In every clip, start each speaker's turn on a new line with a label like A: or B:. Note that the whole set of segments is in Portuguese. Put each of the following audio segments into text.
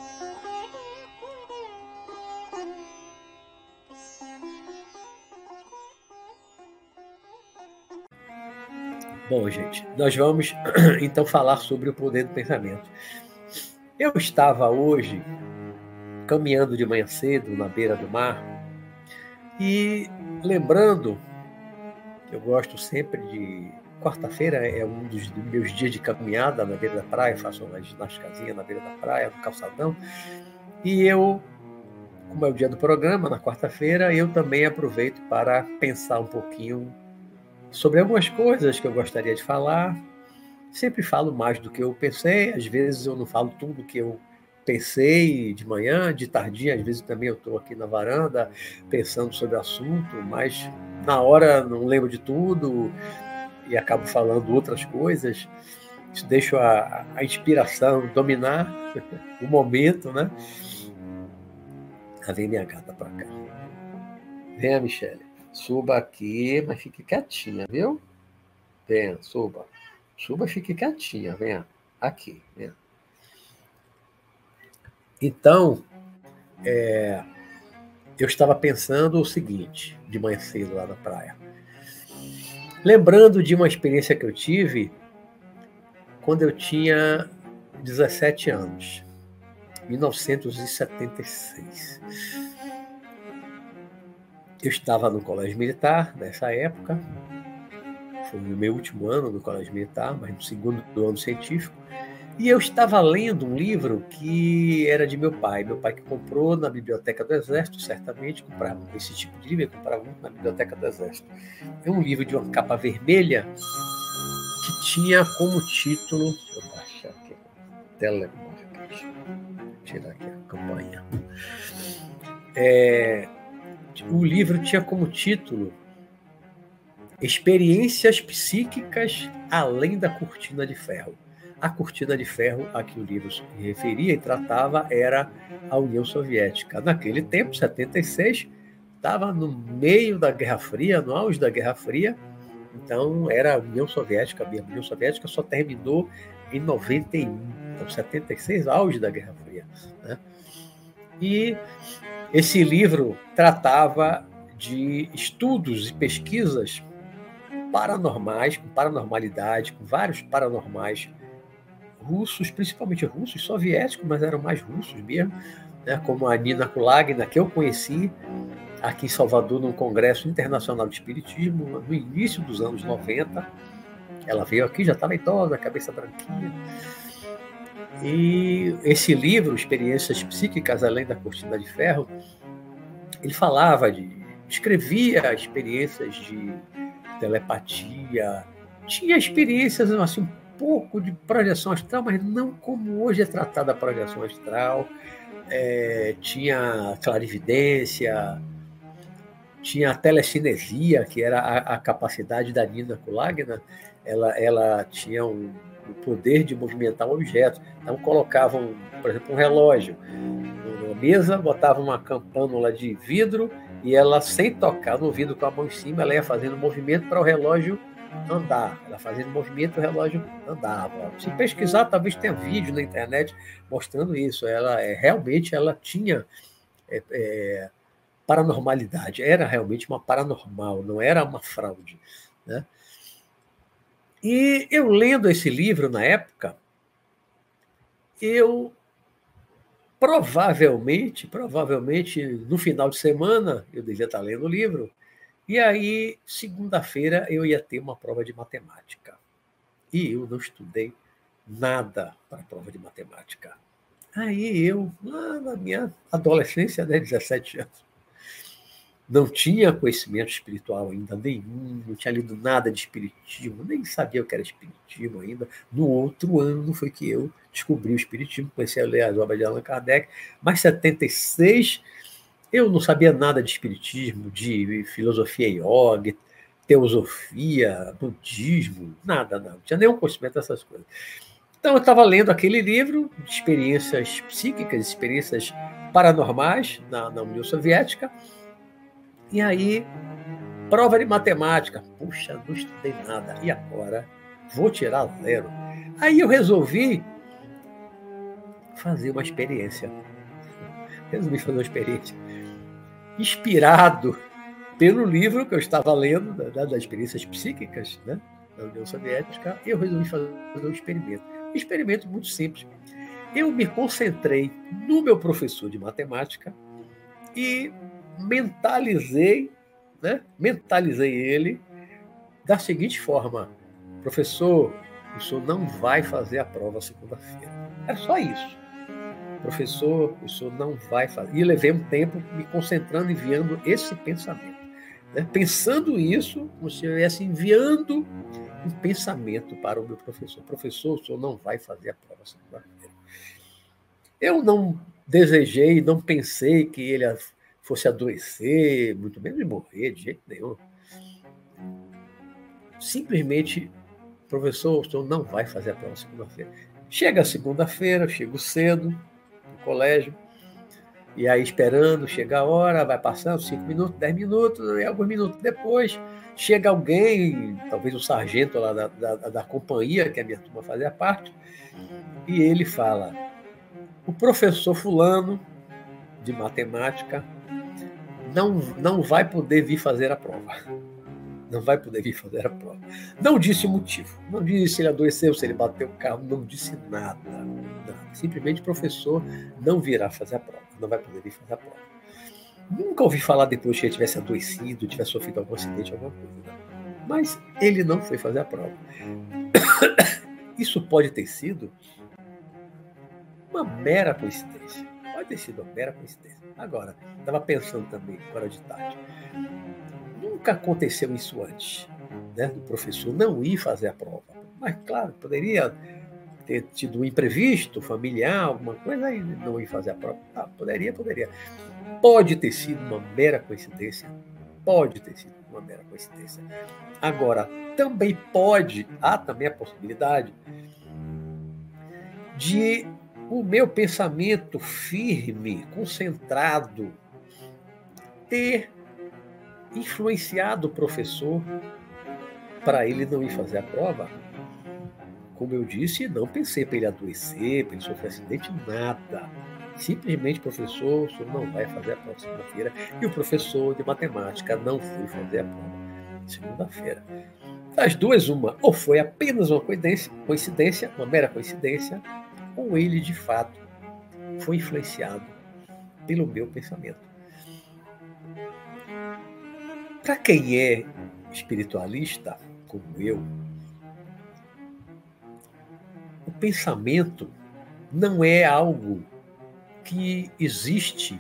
A: Bom, gente, nós vamos então falar sobre o poder do pensamento. Eu estava hoje caminhando de manhã cedo na beira do mar e lembrando, eu gosto sempre de... Quarta-feira é um dos meus dias de caminhada na beira da praia, faço uma ginástica na beira da praia, no calçadão, e eu, como é o dia do programa, na quarta-feira, eu também aproveito para pensar um pouquinho sobre algumas coisas que eu gostaria de falar. Sempre falo mais do que eu pensei, às vezes eu não falo tudo que eu pensei de manhã, de tardinha, às vezes também eu estou aqui na varanda pensando sobre o assunto, mas na hora não lembro de tudo e acabo falando outras coisas. Deixo a inspiração dominar o momento, né? Vem minha gata para cá. Venha, Michele. Suba aqui, mas fique quietinha, viu? Venha, suba. Suba, fique quietinha, venha. Aqui, venha. Então, eu estava pensando o seguinte, de manhã cedo lá na praia. Lembrando de uma experiência que eu tive quando eu tinha 17 anos, 1976. Eu estava no colégio militar nessa época, foi o meu último ano no colégio militar, mas no segundo ano científico, e eu estava lendo um livro que era de meu pai que comprou na biblioteca do Exército, certamente comprava esse tipo de livro, eu comprava muito na biblioteca do Exército. É um livro de uma capa vermelha que tinha como título... Deixa eu baixar aqui, telemarketing, tirar aqui a campanha. O livro tinha como título Experiências Psíquicas Além da Cortina de Ferro. A cortina de ferro a que o livro se referia e tratava era a União Soviética. Naquele tempo, 76, estava no meio da Guerra Fria, no auge da Guerra Fria, então era a União Soviética mesmo. A União Soviética só terminou em 91, então 76, auge da Guerra Fria, né? E esse livro tratava de estudos e pesquisas paranormais, com paranormalidade, com vários paranormais russos, principalmente russos, soviéticos, mas eram mais russos mesmo, né? Como a Nina Kulagina, que eu conheci aqui em Salvador, num congresso internacional de espiritismo, no início dos anos 90. Ela veio aqui, já estava idosa, cabeça branquinha. E esse livro, Experiências Psíquicas Além da Cortina de Ferro, ele descrevia experiências de telepatia, tinha experiências assim, um pouco de projeção astral, mas não como hoje é tratada a projeção astral. Tinha clarividência, tinha a telecinesia, que era a capacidade da Nina Kulagina. Ela tinha o poder de movimentar um objeto. Então colocavam, por exemplo, um relógio na mesa, botavam uma campânula de vidro e ela, sem tocar no vidro com a mão em cima, ela ia fazendo movimento para o relógio andar. Ela fazendo movimento, o relógio andava. Se pesquisar, talvez tenha vídeo na internet mostrando isso. Ela realmente ela tinha paranormalidade. Era realmente uma paranormal, não era uma fraude, né? E eu lendo esse livro na época, eu provavelmente, no final de semana, eu devia estar lendo o livro, e aí, segunda-feira, eu ia ter uma prova de matemática. E eu não estudei nada para a prova de matemática. Aí eu, lá na minha adolescência, né, 17 anos, não tinha conhecimento espiritual ainda nenhum, não tinha lido nada de espiritismo, nem sabia o que era espiritismo ainda. No outro ano foi que eu descobri o espiritismo, comecei a ler as obras de Allan Kardec, mas em 76 eu não sabia nada de espiritismo, de filosofia yoga, teosofia, budismo, nada, não tinha nenhum conhecimento dessas coisas. Então eu estava lendo aquele livro de experiências psíquicas, experiências paranormais na União Soviética. E aí, prova de matemática. Puxa, não estudei nada. E agora? Vou tirar 0. Aí eu resolvi fazer uma experiência. Resolvi fazer uma experiência. Inspirado pelo livro que eu estava lendo, das experiências psíquicas, né, da União Soviética, eu resolvi fazer um experimento. Um experimento muito simples. Eu me concentrei no meu professor de matemática e mentalizei ele da seguinte forma: professor, o senhor não vai fazer a prova segunda-feira. Era só isso. Professor, o senhor não vai fazer. E levei um tempo me concentrando, enviando esse pensamento. Né? Pensando isso, como se eu estivesse enviando um pensamento para o meu professor. Professor, o senhor não vai fazer a prova segunda-feira. Eu não desejei, não pensei que ele fosse adoecer, muito menos morrer, de jeito nenhum. Simplesmente, professor, o senhor não vai fazer a prova segunda-feira. Chega a segunda-feira, eu chego cedo no colégio, e aí esperando, chega a hora, vai passando 5 minutos, 10 minutos, e alguns minutos depois, chega alguém, talvez o sargento lá da companhia, que a minha turma fazia parte, e ele fala: o professor fulano, de matemática, não vai poder vir fazer a prova. Não vai poder vir fazer a prova. Não disse o motivo. Não disse se ele adoeceu, se ele bateu o carro. Não disse nada. Simplesmente o professor não virá fazer a prova. Não vai poder vir fazer a prova. Nunca ouvi falar depois que ele tivesse adoecido, tivesse sofrido algum acidente, alguma coisa. Não. Mas ele não foi fazer a prova. Isso pode ter sido uma mera coincidência. Pode ter sido uma mera coincidência. Agora, estava pensando também, agora de tarde. Nunca aconteceu isso antes, né? Do professor não ir fazer a prova. Mas, claro, poderia ter tido um imprevisto familiar, alguma coisa, e não ir fazer a prova. Ah, poderia. Pode ter sido uma mera coincidência. Pode ter sido uma mera coincidência. Agora, há também a possibilidade de o meu pensamento firme, concentrado, ter influenciado o professor para ele não ir fazer a prova. Como eu disse, não pensei para ele adoecer, para ele sofrer acidente, nada. Simplesmente, professor, o senhor não vai fazer a prova segunda-feira. E o professor de matemática não foi fazer a prova segunda-feira. Das duas, uma. Ou foi apenas uma coincidência, uma mera coincidência, ou ele, de fato, foi influenciado pelo meu pensamento. Para quem é espiritualista, como eu, o pensamento não é algo que existe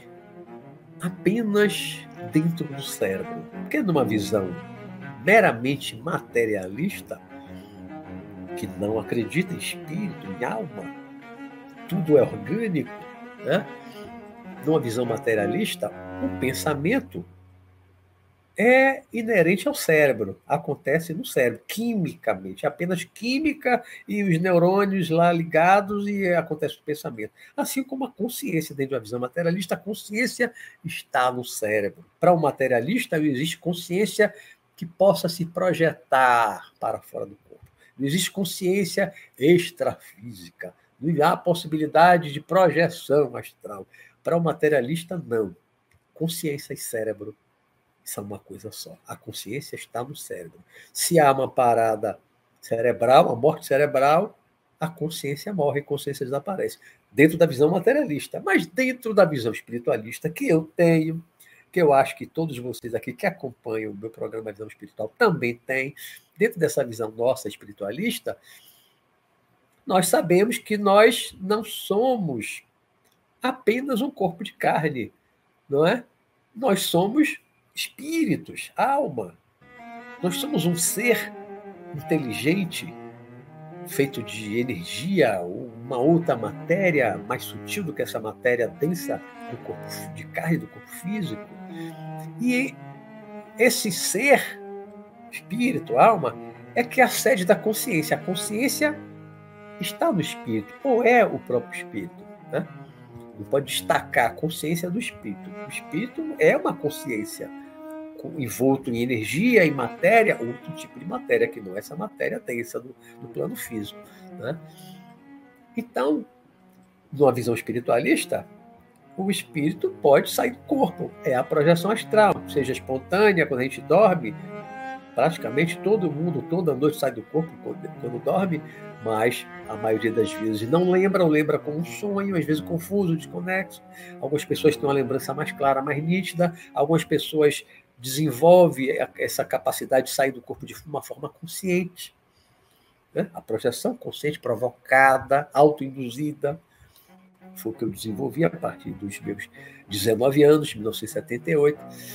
A: apenas dentro do cérebro. Porque numa visão meramente materialista, que não acredita em espírito, em alma, tudo é orgânico, né? Numa visão materialista, o pensamento é inerente ao cérebro, acontece no cérebro, quimicamente, apenas química e os neurônios lá ligados e acontece o pensamento. Assim como a consciência, dentro da visão materialista, a consciência está no cérebro. Para o materialista, não existe consciência que possa se projetar para fora do corpo. Não existe consciência extrafísica. Não há possibilidade de projeção astral. Para o materialista, não. Consciência e cérebro são uma coisa só. A consciência está no cérebro. Se há uma parada cerebral, uma morte cerebral, a consciência morre, a consciência desaparece. Dentro da visão materialista. Mas dentro da visão espiritualista que eu tenho, que eu acho que todos vocês aqui que acompanham o meu programa Visão Espiritual também têm, dentro dessa visão nossa espiritualista, nós sabemos que nós não somos apenas um corpo de carne, não é? Nós somos espíritos, alma. Nós somos um ser inteligente, feito de energia, uma outra matéria mais sutil do que essa matéria densa do corpo de carne, do corpo físico. E esse ser, espírito, alma, é que é a sede da consciência. A consciência está no espírito, ou é o próprio espírito, né? Não pode destacar a consciência do espírito. O espírito é uma consciência envolto em energia, em matéria, outro tipo de matéria, que não é essa matéria densa do plano físico, né? Então, numa visão espiritualista, o espírito pode sair do corpo. É a projeção astral, seja espontânea, quando a gente dorme. Praticamente todo mundo, toda noite, sai do corpo quando dorme, mas a maioria das vezes não lembra, ou lembra com um sonho, às vezes confuso, desconexo. Algumas pessoas têm uma lembrança mais clara, mais nítida. Algumas pessoas desenvolvem essa capacidade de sair do corpo de uma forma consciente. Né? A projeção consciente provocada, autoinduzida, foi o que eu desenvolvi a partir dos meus 19 anos, 1978.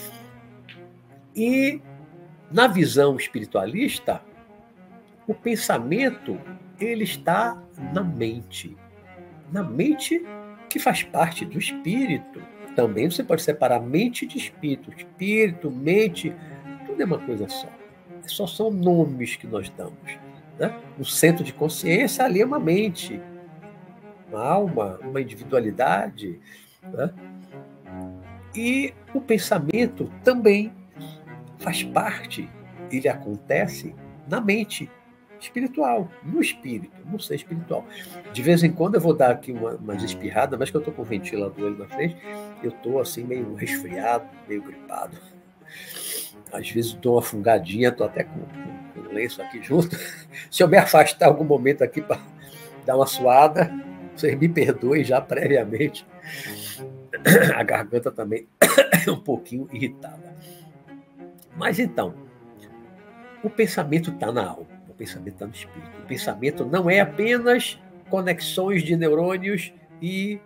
A: E, na visão espiritualista, o pensamento ele está na mente. Na mente que faz parte do espírito. Também você pode separar mente de espírito. Espírito, mente, tudo é uma coisa só. Só são nomes que nós damos. Né? O centro de consciência ali é uma mente, uma alma, uma individualidade. Né? E o pensamento também faz parte, ele acontece na mente espiritual, no espírito, no ser espiritual. De vez em quando eu vou dar aqui umas espirradas, mas que eu estou com o ventilador ali na frente, eu estou assim meio resfriado, meio gripado. Às vezes dou uma fungadinha, estou até com um lenço aqui junto. Se eu me afastar algum momento aqui para dar uma suada, vocês me perdoem já previamente. A garganta também é um pouquinho irritada. Mas então, o pensamento está na alma, o pensamento está no espírito. O pensamento não é apenas conexões de neurônios e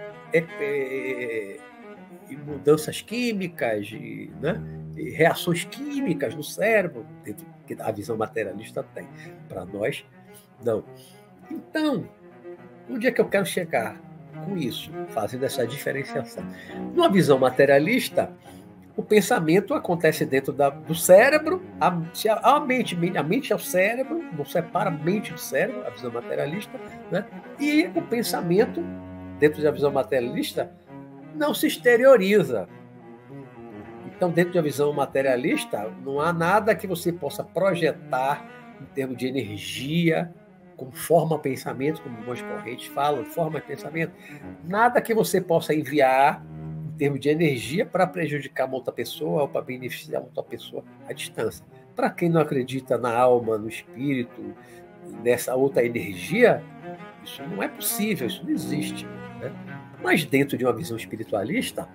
A: mudanças químicas, né? E reações químicas no cérebro, que a visão materialista tem. Para nós, não. Então, onde é que eu quero chegar com isso, fazendo essa diferenciação? Numa visão materialista, o pensamento acontece dentro do cérebro, a mente é o cérebro, não separa a mente do cérebro, a visão materialista, né? E o pensamento, dentro da visão materialista, não se exterioriza. Então, dentro da visão materialista, não há nada que você possa projetar em termos de energia, como forma pensamento, como algumas correntes falam, forma de pensamento, nada que você possa enviar em termos de energia para prejudicar uma outra pessoa ou para beneficiar uma outra pessoa à distância. Para quem não acredita na alma, no espírito, nessa outra energia, isso não é possível, isso não existe. Né? Mas dentro de uma visão espiritualista,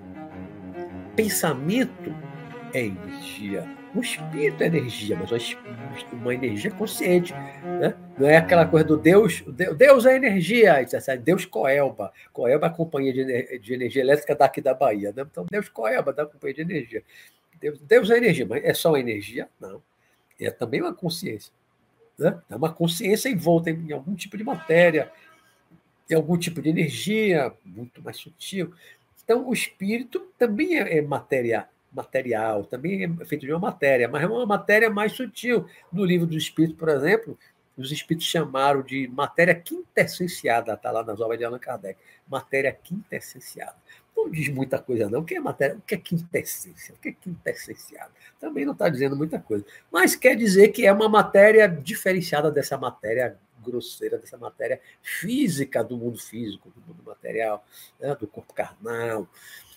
A: pensamento é energia. O espírito é energia, mas uma energia consciente. Né? Não é aquela coisa do Deus. Deus é energia. Deus Coelba. Coelba é a companhia de energia elétrica daqui da Bahia. Né? Então, Deus Coelba da companhia de energia. Deus é energia, mas é só uma energia? Não. É também uma consciência. Né? É uma consciência envolta em algum tipo de matéria, em algum tipo de energia, muito mais sutil. Então, o espírito também é material, também é feito de uma matéria, mas é uma matéria mais sutil. No livro do Espírito, por exemplo, os espíritos chamaram de matéria quintessenciada, está lá nas obras de Allan Kardec. Matéria quintessenciada. Não diz muita coisa, não. O que é matéria? O que é quintessência? O que é quintessenciada? Também não está dizendo muita coisa. Mas quer dizer que é uma matéria diferenciada dessa matéria grosseira, dessa matéria física do mundo físico, do mundo material, né, do corpo carnal.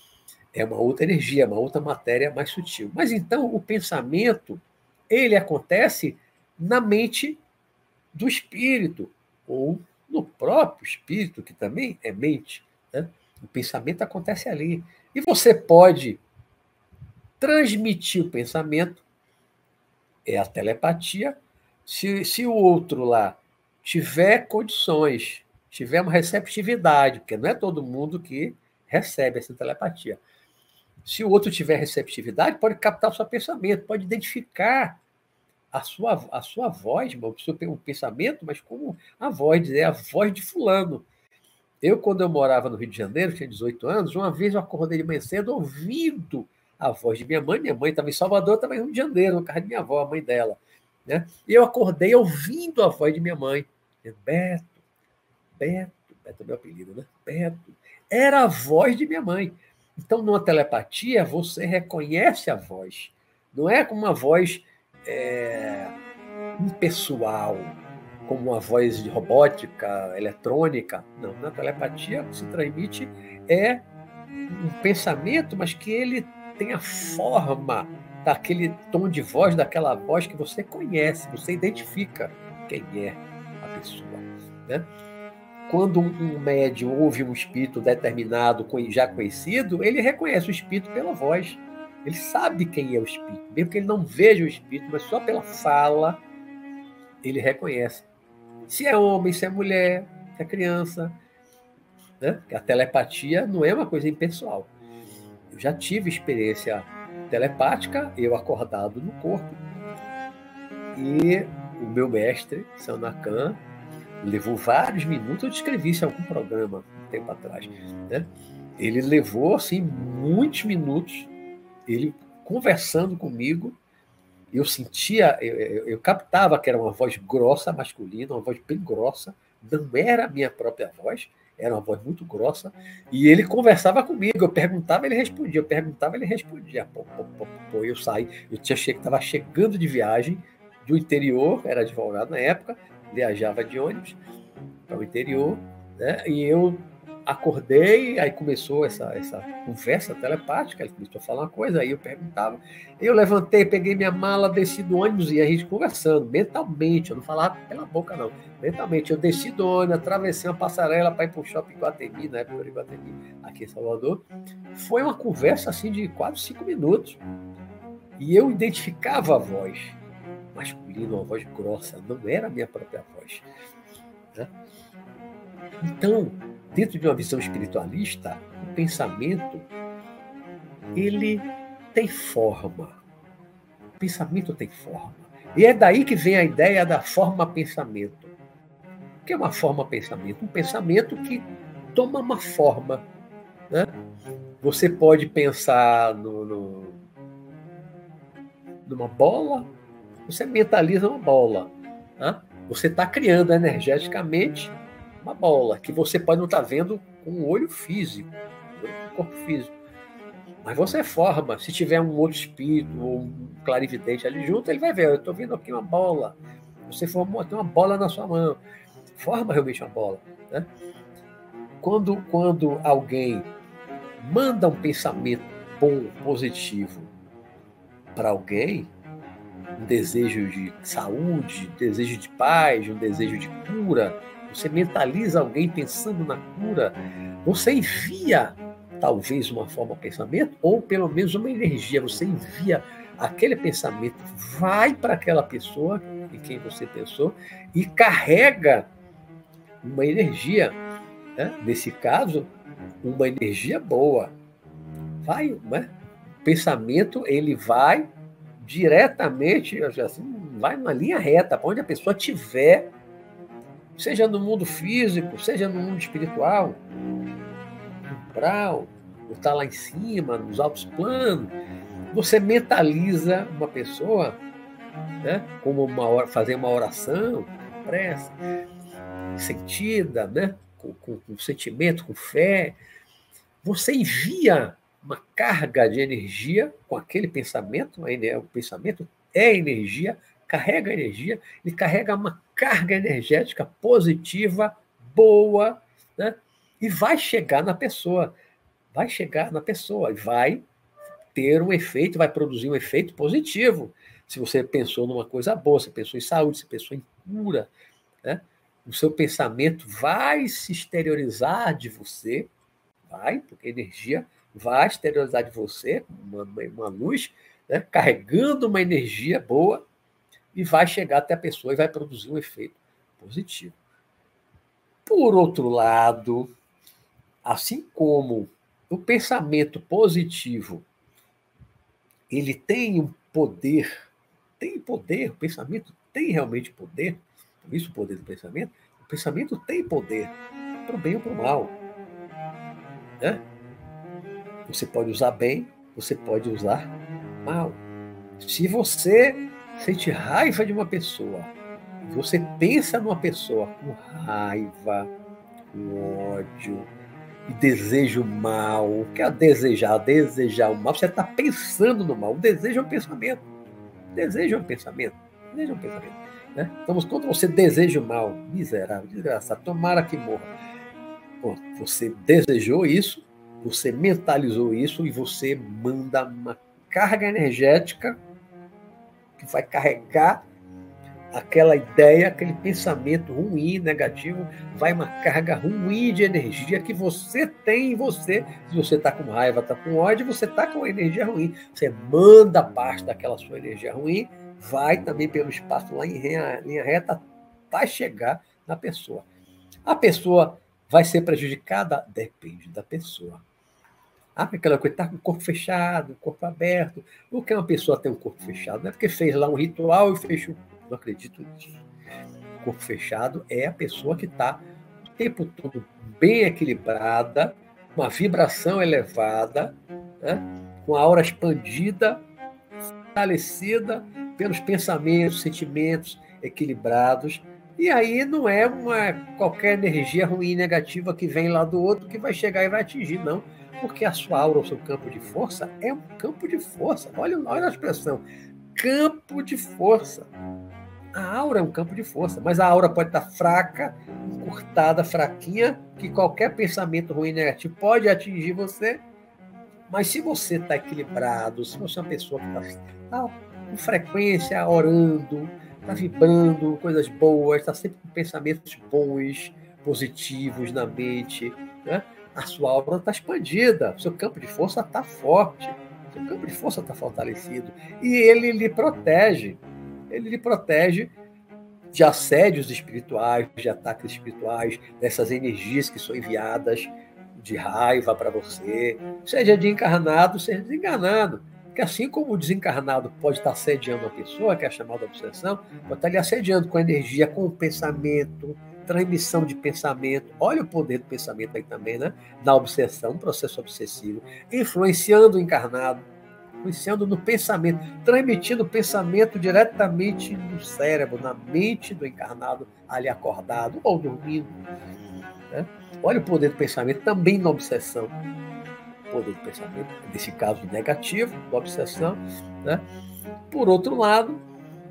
A: É uma outra energia, uma outra matéria mais sutil. Mas então o pensamento, ele acontece na mente do espírito, ou no próprio espírito, que também é mente. Né? O pensamento acontece ali. E você pode transmitir o pensamento, é a telepatia, se o outro lá tiver condições, tiver uma receptividade, porque não é todo mundo que recebe essa telepatia. Se o outro tiver receptividade, pode captar o seu pensamento, pode identificar a sua voz, o pensamento, mas como a voz de fulano. Eu, quando eu morava no Rio de Janeiro, tinha 18 anos, uma vez eu acordei de manhã cedo ouvindo a voz de minha mãe estava em Salvador, estava em Rio de Janeiro, no carro de minha avó, a mãe dela. Né? E eu acordei ouvindo a voz de minha mãe. Beto é meu apelido, né? Beto. Era a voz de minha mãe. Então, numa telepatia, você reconhece a voz. Não é como uma voz impessoal, como uma voz de robótica, eletrônica. Não, na telepatia o que se transmite é um pensamento, mas que ele tem a forma daquele tom de voz, daquela voz que você conhece, você identifica quem é a pessoa, né? Quando um médium ouve um espírito determinado, já conhecido, ele reconhece o espírito pela voz. Ele sabe quem é o espírito, mesmo que ele não veja o espírito, mas só pela fala ele reconhece. Se é homem, se é mulher, se é criança, né? Porque a telepatia não é uma coisa impessoal. Eu já tive experiência telepática, eu acordado no corpo, e o meu mestre, Sanacan, levou vários minutos. Eu descrevi isso em algum programa um tempo atrás, né? Ele levou assim muitos minutos, ele conversando comigo. Eu sentia, eu captava que era uma voz grossa, masculina, uma voz bem grossa. Não era a minha própria voz, era uma voz muito grossa. E ele conversava comigo. Eu perguntava, ele respondia. Eu perguntava, ele respondia. Pô, eu saí. Estava chegando de viagem do interior, era advogado na época, viajava de ônibus para o interior, né? E eu acordei, aí começou essa conversa telepática, ele começou a falar uma coisa, aí eu perguntava, eu levantei, peguei minha mala, desci do ônibus e a gente conversando, mentalmente, eu não falava pela boca não, mentalmente, eu desci do ônibus, atravessei uma passarela para ir para o shopping Iguatemi, na época de Iguatemi, aqui em Salvador. Foi uma conversa assim de quase 5 minutos, e eu identificava a voz masculina, uma voz grossa, não era a minha própria voz, né? Então, dentro de uma visão espiritualista, o pensamento, ele tem forma. O pensamento tem forma. E é daí que vem a ideia da forma-pensamento. O que é uma forma-pensamento? Um pensamento que toma uma forma, né? Você pode pensar numa bola, você mentaliza uma bola, né? Você está criando energeticamente uma bola, que você pode não estar vendo com o olho físico, com o corpo físico. Mas você forma. Se tiver um outro espírito ou um clarividente ali junto, ele vai ver, eu estou vendo aqui uma bola. Você formou, tem uma bola na sua mão. Forma realmente uma bola, né? Quando alguém manda um pensamento bom, positivo para alguém, um desejo de saúde, um desejo de paz, um desejo de cura, você mentaliza alguém pensando na cura, você envia talvez uma forma de pensamento, ou pelo menos uma energia, você envia aquele pensamento, vai para aquela pessoa em quem você pensou e carrega uma energia, né? Nesse caso, uma energia boa. Vai, né? O pensamento, ele vai diretamente, assim, vai numa linha reta, para onde a pessoa estiver, seja no mundo físico, seja no mundo espiritual, umbral, ou está lá em cima, nos altos planos. Você mentaliza uma pessoa, né, como fazer uma oração, prece, sentida, né, com sentimento, com fé. Você envia uma carga de energia com aquele pensamento, o pensamento é energia, carrega energia, ele carrega uma carga energética positiva, boa, né? E vai chegar na pessoa, e vai ter um efeito, vai produzir um efeito positivo. Se você pensou numa coisa boa, se pensou em saúde, se pensou em cura, né? O seu pensamento vai se exteriorizar de você, porque a energia vai exteriorizar de você uma luz, né, carregando uma energia boa, e vai chegar até a pessoa e vai produzir um efeito positivo. Por outro lado, assim como o pensamento positivo, ele tem um poder, o pensamento tem realmente poder, por isso o poder do pensamento, o pensamento tem poder, para o bem ou para o mal, né? Você pode usar bem, você pode usar mal. Se você sente raiva de uma pessoa, você pensa numa pessoa com raiva, com ódio e deseja o mal, o que é desejar o mal, você está pensando no mal. O desejo é um pensamento. né? Então, quando você deseja o mal, miserável, desgraçado, tomara que morra. Bom, você desejou isso, você mentalizou isso e você manda uma carga energética que vai carregar aquela ideia, aquele pensamento ruim, negativo, vai uma carga ruim de energia que você tem em você. Se você está com raiva, está com ódio, você está com energia ruim. Você manda parte daquela sua energia ruim, vai também pelo espaço lá em linha reta, vai chegar na pessoa. A pessoa vai ser prejudicada? Depende da pessoa. Aquela coisa, está com o corpo fechado, corpo aberto. O que uma pessoa tem um corpo fechado? Não é porque fez lá um ritual e fechou. Não acredito nisso. O corpo fechado é a pessoa que está o tempo todo bem equilibrada, uma vibração elevada, né? Com a aura expandida, fortalecida pelos pensamentos, sentimentos equilibrados. E aí não é qualquer energia ruim, negativa que vem lá do outro que vai chegar e vai atingir, não. Porque a sua aura, o seu campo de força, é um campo de força. Olha a expressão, campo de força. A aura é um campo de força, mas a aura pode estar fraca, encurtada, fraquinha, que qualquer pensamento ruim, negativo pode atingir você. Mas se você está equilibrado, se você é uma pessoa que está com frequência orando, está vibrando coisas boas, está sempre com pensamentos bons, positivos na mente, né? A sua aura está expandida, o seu campo de força está forte, o seu campo de força está fortalecido. E ele lhe protege de assédios espirituais, de ataques espirituais, dessas energias que são enviadas de raiva para você, seja de encarnado, seja desencarnado. Porque assim como o desencarnado pode estar assediando a pessoa, que é a chamada obsessão, pode estar lhe assediando com energia, com o pensamento, transmissão de pensamento. Olha o poder do pensamento aí também, né? Da obsessão, um processo obsessivo, influenciando o encarnado, influenciando no pensamento, transmitindo o pensamento diretamente no cérebro, na mente do encarnado, ali acordado ou dormindo, né? Olha o poder do pensamento também na obsessão. O poder do pensamento, nesse caso negativo, da obsessão, né? Por outro lado,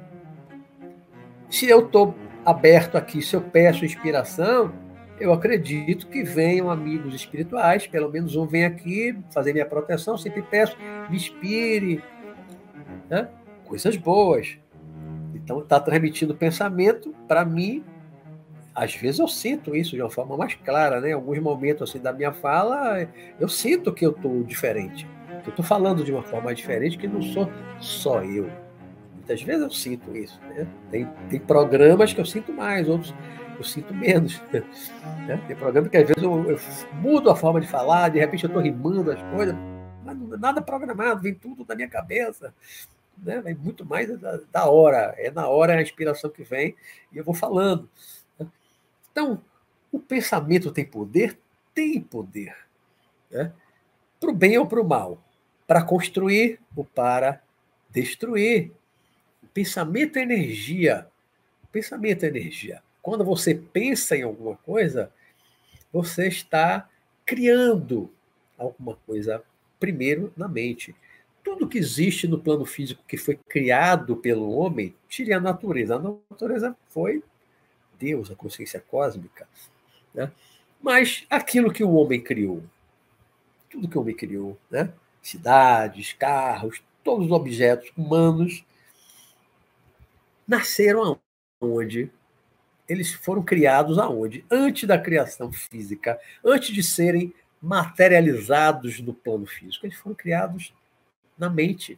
A: se eu estou aberto aqui, se eu peço inspiração, eu acredito que venham amigos espirituais, pelo menos um vem aqui fazer minha proteção, sempre peço, me inspire, né? Coisas boas. Então, está transmitindo pensamento para mim. Às vezes eu sinto isso de uma forma mais clara, né? Em alguns momentos assim, da minha fala, eu sinto que eu estou diferente, que eu estou falando de uma forma diferente, que não sou só eu. Muitas vezes eu sinto isso, né? Tem programas que eu sinto mais, outros eu sinto menos, né? Tem programas que às vezes eu mudo a forma de falar, de repente eu estou rimando as coisas, mas não é nada programado, vem tudo da minha cabeça, né? Vem muito mais da hora, é na hora a inspiração que vem e eu vou falando. Então, o pensamento tem poder? Tem poder, né? Para o bem ou para o mal, para construir ou para destruir. O pensamento é energia. O pensamento é energia. Quando você pensa em alguma coisa, você está criando alguma coisa primeiro na mente. Tudo que existe no plano físico que foi criado pelo homem, tire a natureza. A natureza foi Deus, a consciência cósmica, né? Mas aquilo que o homem criou, tudo que o homem criou, né? Cidades, carros, todos os objetos humanos, nasceram aonde? Eles foram criados aonde? Antes da criação física, antes de serem materializados no plano físico, eles foram criados na mente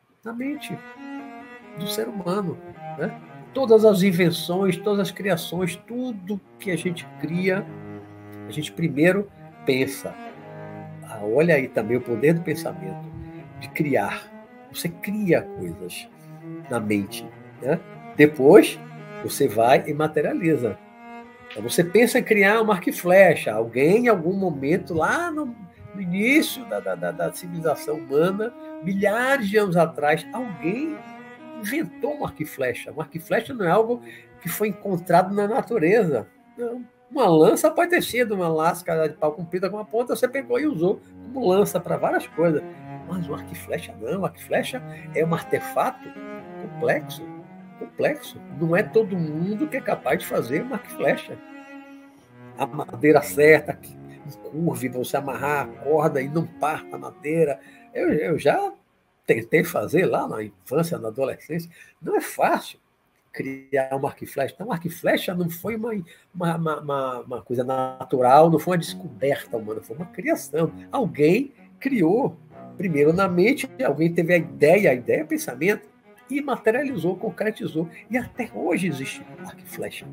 A: do ser humano, né? Todas as invenções, todas as criações, tudo que a gente cria, a gente primeiro pensa. Olha aí também o poder do pensamento, de criar. Você cria coisas na mente, né? Depois, você vai e materializa. Então, você pensa em criar um arco e flecha. Alguém, em algum momento, lá no início da civilização humana, milhares de anos atrás, alguém inventou um arco e flecha. Um arco e flecha não é algo que foi encontrado na natureza. Não. Uma lança pode ter sido uma lasca de pau comprida com uma ponta, você pegou e usou como lança para várias coisas. Mas o arco e flecha não. O arco e flecha é um artefato complexo, complexo. Não é todo mundo que é capaz de fazer um arco e flecha. A madeira certa, curve, para você amarrar a corda e não parta a madeira. Eu já tentei fazer lá na infância, na adolescência. Não é fácil criar um arco e flecha. Então, o arco e flecha não foi uma coisa natural, não foi uma descoberta humana, foi uma criação. Alguém criou, primeiro na mente, alguém teve a ideia é pensamento, e materializou, concretizou. E até hoje existe arco e flecha.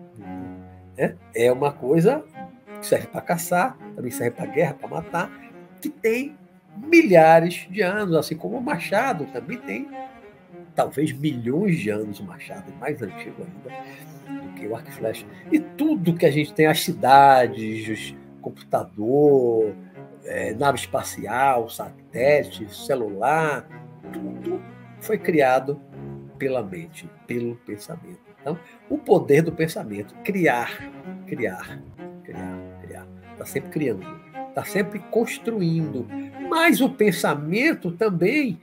A: É uma coisa que serve para caçar, também serve para guerra, para matar, que tem milhares de anos, assim como o machado também tem talvez milhões de anos. O machado é mais antigo ainda do que o arco e flecha. E tudo que a gente tem, as cidades, computador, nave espacial, satélite, celular, tudo foi criado pela mente, pelo pensamento. Então, o poder do pensamento, criar. Está sempre criando, está sempre construindo. Mas o pensamento também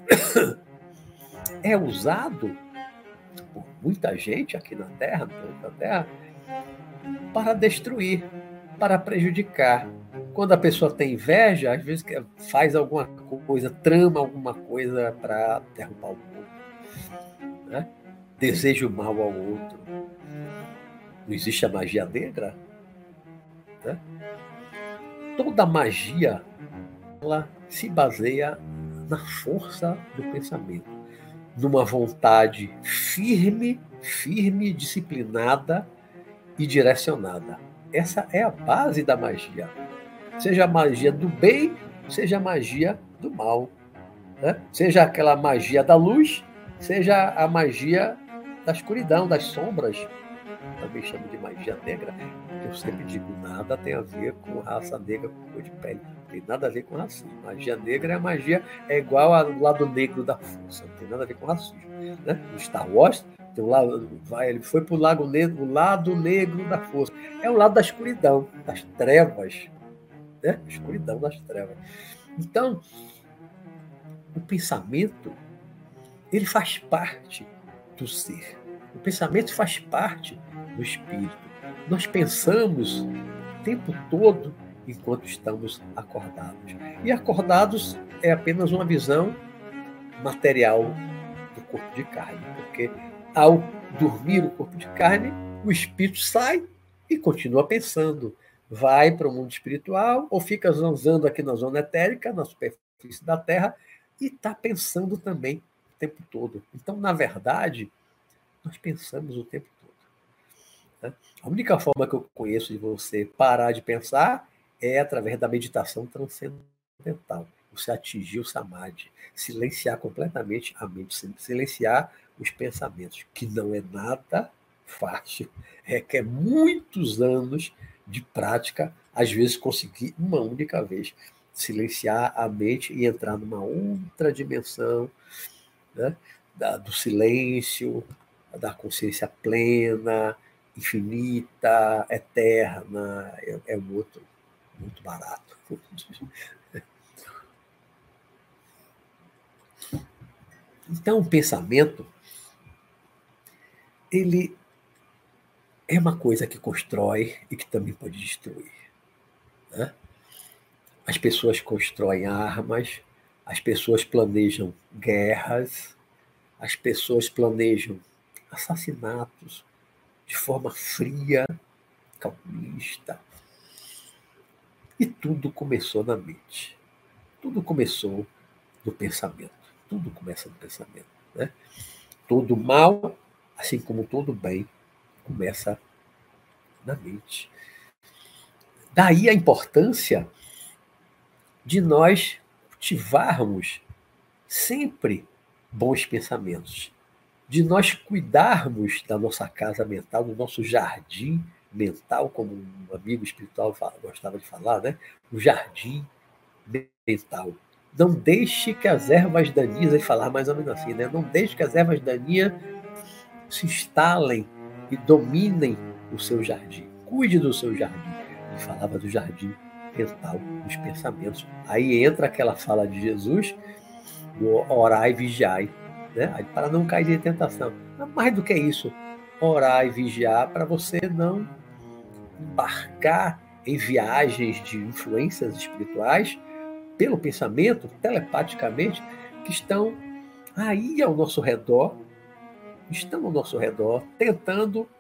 A: é usado por muita gente aqui na Terra, no planeta Terra, para destruir, para prejudicar. Quando a pessoa tem inveja, às vezes faz alguma coisa, trama alguma coisa para derrubar o outro, né? Deseja o mal ao outro. Não existe a magia negra? Né? Toda magia, ela se baseia na força do pensamento, numa vontade firme, disciplinada e direcionada. Essa é a base da magia. Seja a magia do bem, seja a magia do mal. Né? Seja aquela magia da luz, seja a magia da escuridão, das sombras. Também chamo de magia negra. Eu sempre digo, nada tem a ver com raça negra, com cor de pele. Não tem nada a ver com racismo. Magia negra é magia, é igual ao lado negro da força. Não tem nada a ver com racismo. Né? No Star Wars, tem um lado, ele foi para o lado negro da força. É o lado da escuridão, das trevas. Né? Escuridão das trevas. Então, o pensamento, ele faz parte do ser. O pensamento faz parte do espírito. Nós pensamos o tempo todo enquanto estamos acordados. E acordados é apenas uma visão material do corpo de carne, porque ao dormir o corpo de carne, o espírito sai e continua pensando. Vai para o mundo espiritual ou fica zanzando aqui na zona etérica, na superfície da Terra, e está pensando também o tempo todo. Então, na verdade, nós pensamos o tempo todo. Né? A única forma que eu conheço de você parar de pensar é através da meditação transcendental. Você atingir o samadhi, silenciar completamente a mente, silenciar os pensamentos, que não é nada fácil. Requer muitos anos de prática, às vezes conseguir uma única vez silenciar a mente e entrar numa outra dimensão, né, do silêncio, da consciência plena, infinita, eterna. É muito barato. Então, o pensamento, ele é uma coisa que constrói e que também pode destruir. Né? As pessoas constroem armas, as pessoas planejam guerras, as pessoas planejam assassinatos de forma fria, calculista. E tudo começou na mente. Tudo começou do pensamento. Tudo começa do pensamento. Né? Todo mal, assim como todo bem, começa na mente. Daí a importância de nós cultivarmos sempre bons pensamentos, de nós cuidarmos da nossa casa mental, do nosso jardim mental, como um amigo espiritual gostava de falar, né? O jardim mental. Não deixe que as ervas daninhas, ele falar mais ou menos assim, né? Não deixe que as ervas daninhas se instalem e dominem o seu jardim. Cuide do seu jardim. Ele falava do jardim mental, dos pensamentos. Aí entra aquela fala de Jesus, do orai e vigiai, né? Para não cair em tentação. Mais do que isso, orar e vigiar para você não embarcar em viagens de influências espirituais pelo pensamento, telepaticamente, que estão aí ao nosso redor, tentando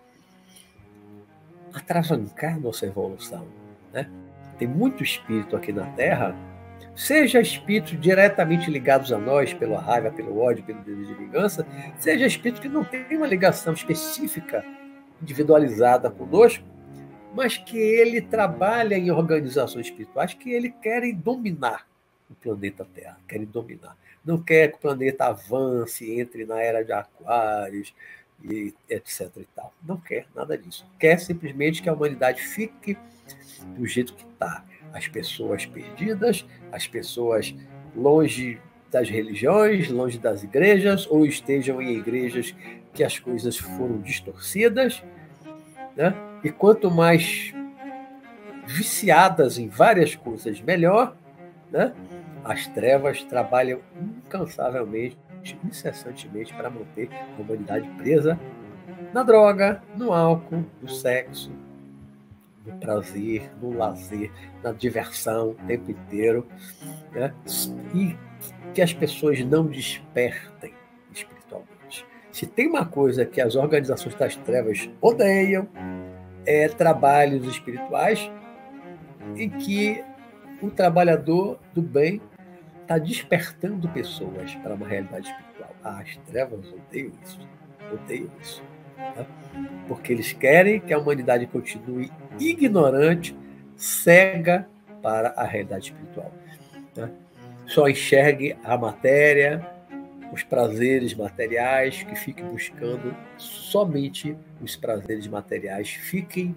A: atravancar nossa evolução, né? Tem muito espírito aqui na Terra, seja espíritos diretamente ligados a nós pela raiva, pelo ódio, pelo desejo de vingança, seja espírito que não tem uma ligação específica, individualizada conosco, mas que ele trabalha em organizações espirituais que ele querem dominar o planeta Terra, querem dominar. Não quer que o planeta avance, entre na era de Aquários, e etc. e tal. Não quer nada disso. Quer simplesmente que a humanidade fique do jeito que está. As pessoas perdidas, as pessoas longe das religiões, longe das igrejas, ou estejam em igrejas que as coisas foram distorcidas, né? E quanto mais viciadas em várias coisas, melhor, né? As trevas trabalham incansavelmente, incessantemente, para manter a humanidade presa na droga, no álcool, no sexo, no prazer, no lazer, na diversão o tempo inteiro, né? E que as pessoas não despertem espiritualmente. Se tem uma coisa que as organizações das trevas odeiam, é trabalhos espirituais em que o trabalhador do bem está despertando pessoas para uma realidade espiritual. As trevas odeiam isso. Tá? Porque eles querem que a humanidade continue ignorante, cega para a realidade espiritual. Tá? Só enxergue a matéria, os prazeres materiais, que fiquem buscando somente os prazeres materiais, fiquem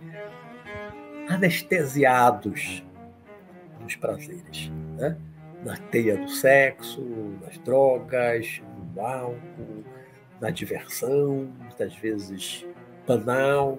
A: anestesiados nos prazeres, né? Na teia do sexo, nas drogas, no álcool, na diversão, muitas vezes banal.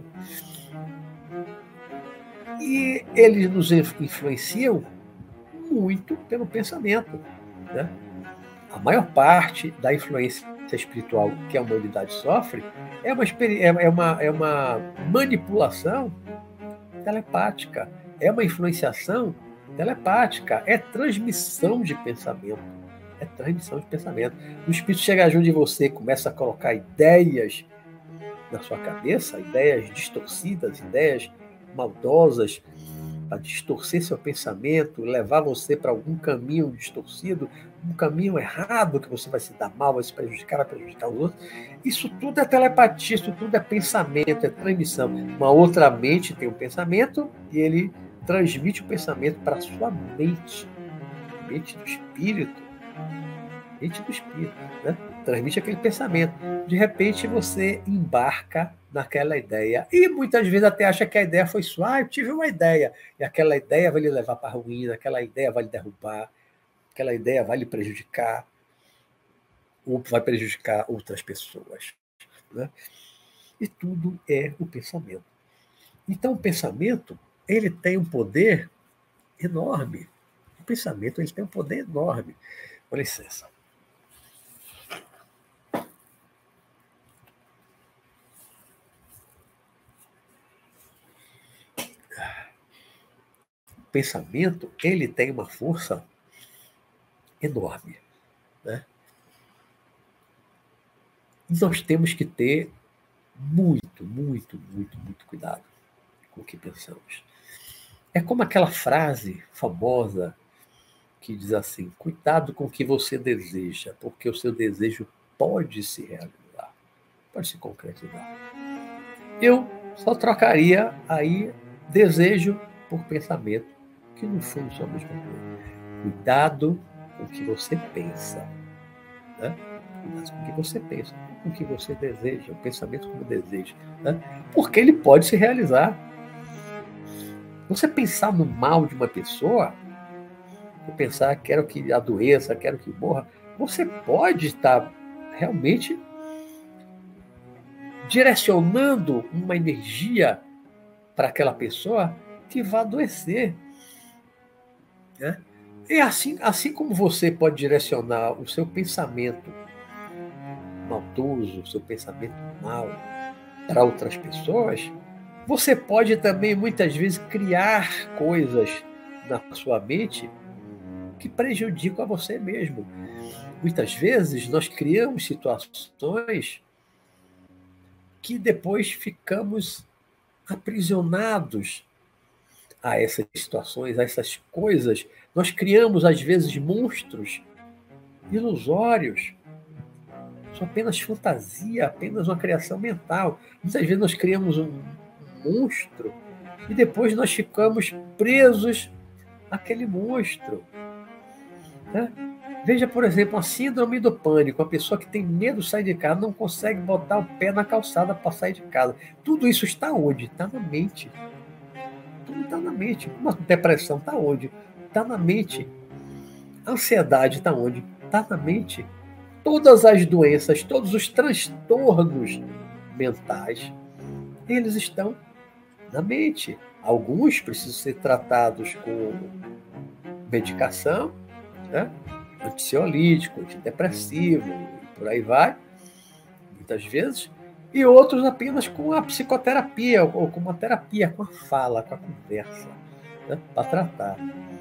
A: E eles nos influenciam muito pelo pensamento, né? A maior parte da influência espiritual que a humanidade sofre é uma manipulação telepática, é uma influenciação telepática, é transmissão de pensamento. É transmissão de pensamento. O espírito chega junto de você, começa a colocar ideias na sua cabeça, ideias distorcidas, ideias maldosas, para distorcer seu pensamento, levar você para algum caminho distorcido, um caminho errado, que você vai se dar mal, vai se prejudicar, vai prejudicar os outros. Isso tudo é telepatia, isso tudo é pensamento, é transmissão. Uma outra mente tem um pensamento e ele transmite o pensamento para a sua mente do espírito. Mente do espírito, né? Transmite aquele pensamento. De repente você embarca naquela ideia e muitas vezes até acha que a ideia foi sua. Eu tive uma ideia e aquela ideia vai lhe levar para a ruína, aquela ideia vai lhe derrubar, aquela ideia vai lhe prejudicar ou vai prejudicar outras pessoas, né? E tudo é o pensamento. Então o pensamento ele tem um poder enorme. O pensamento ele tem um poder enorme. Com licença. O pensamento ele tem uma força enorme, né? E nós temos que ter muito, muito, muito, muito cuidado com o que pensamos. É como aquela frase famosa que diz assim: cuidado com o que você deseja, porque o seu desejo pode se realizar, pode se concretizar. Eu só trocaria aí desejo por pensamento, que no fundo são a mesma coisa. Cuidado com o que você pensa, né? Cuidado com o que você pensa, com o que você deseja, o pensamento como desejo, né? Porque ele pode se realizar. Você pensar no mal de uma pessoa, você pensar quero que adoeça, quero que morra, você pode estar realmente direcionando uma energia para aquela pessoa que vai adoecer, né? E assim como você pode direcionar o seu pensamento maldoso, seu pensamento mal para outras pessoas, você pode também, muitas vezes, criar coisas na sua mente que prejudicam a você mesmo. Muitas vezes, nós criamos situações que depois ficamos aprisionados a essas situações, a essas coisas. Nós criamos, às vezes, monstros ilusórios. São apenas fantasia, apenas uma criação mental. Muitas vezes nós criamos um monstro e depois nós ficamos presos àquele monstro. Né? Veja, por exemplo, a síndrome do pânico. A pessoa que tem medo de sair de casa não consegue botar o pé na calçada para sair de casa. Tudo isso está onde? Está na mente. Tudo está na mente. Uma depressão está onde? Está na mente. A ansiedade está onde? Está na mente. Todas as doenças, todos os transtornos mentais, eles estão na mente. Alguns precisam ser tratados com medicação, né? Ansiolítico, antidepressivo, e por aí vai, muitas vezes, e outros apenas com a psicoterapia, ou com uma terapia, com a fala, com a conversa, né? Para tratar.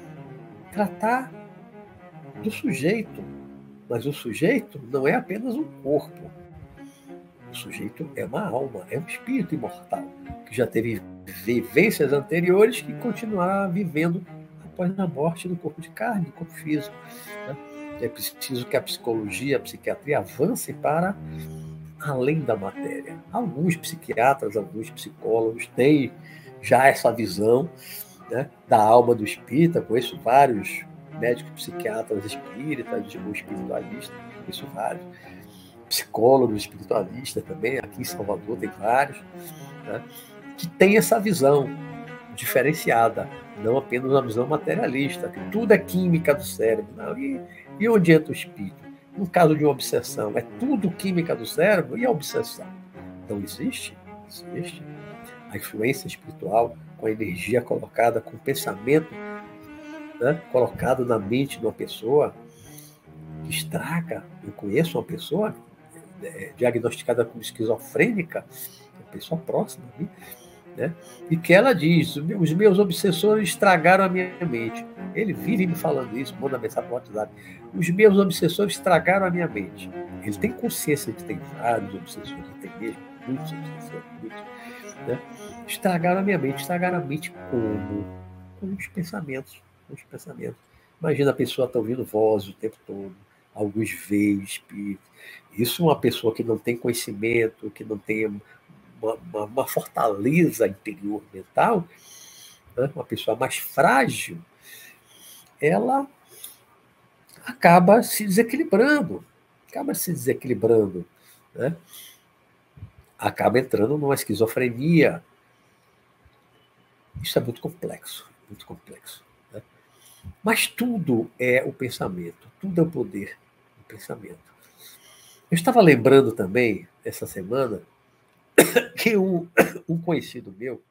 A: Tratar do sujeito. Mas o sujeito não é apenas um corpo. O sujeito é uma alma, é um espírito imortal, que já teve vivências anteriores que continuará vivendo após a morte do corpo de carne, do corpo físico. Né? É preciso que a psicologia, a psiquiatria avance para além da matéria. Alguns psiquiatras, alguns psicólogos têm já essa visão, né, da alma do espírita. Conheço vários médicos psiquiatras espíritas, ou espiritualistas, conheço vários. Psicólogos espiritualistas também, aqui em Salvador tem vários, né, que têm essa visão diferenciada, não apenas uma visão materialista, que tudo é química do cérebro. Não. E onde entra o espírito? No caso de uma obsessão, é tudo química do cérebro e a obsessão. Então existe a influência espiritual com a energia colocada, com o pensamento, né, colocado na mente de uma pessoa, que estraga. Eu conheço uma pessoa diagnosticada como esquizofrênica, uma pessoa próxima a mim, né, e que ela diz: os meus obsessores estragaram a minha mente. Ele vive me falando isso, manda mensagem no WhatsApp: os meus obsessores estragaram a minha mente. Ele tem consciência de que tem vários obsessores, ele tem mesmo muitos obsessores, muitos, né? Estragaram a minha mente. Estragaram a mente como? Com os pensamentos. Imagina a pessoa está ouvindo voz o tempo todo, alguns veem espíritos. Isso, uma pessoa que não tem conhecimento, que não tem uma fortaleza interior mental, né? Uma pessoa mais frágil, ela acaba se desequilibrando, né? Acaba entrando numa esquizofrenia. Isso é muito complexo, né? Mas tudo é o pensamento, tudo é o poder do pensamento. Eu estava lembrando também, essa semana, que um conhecido meu,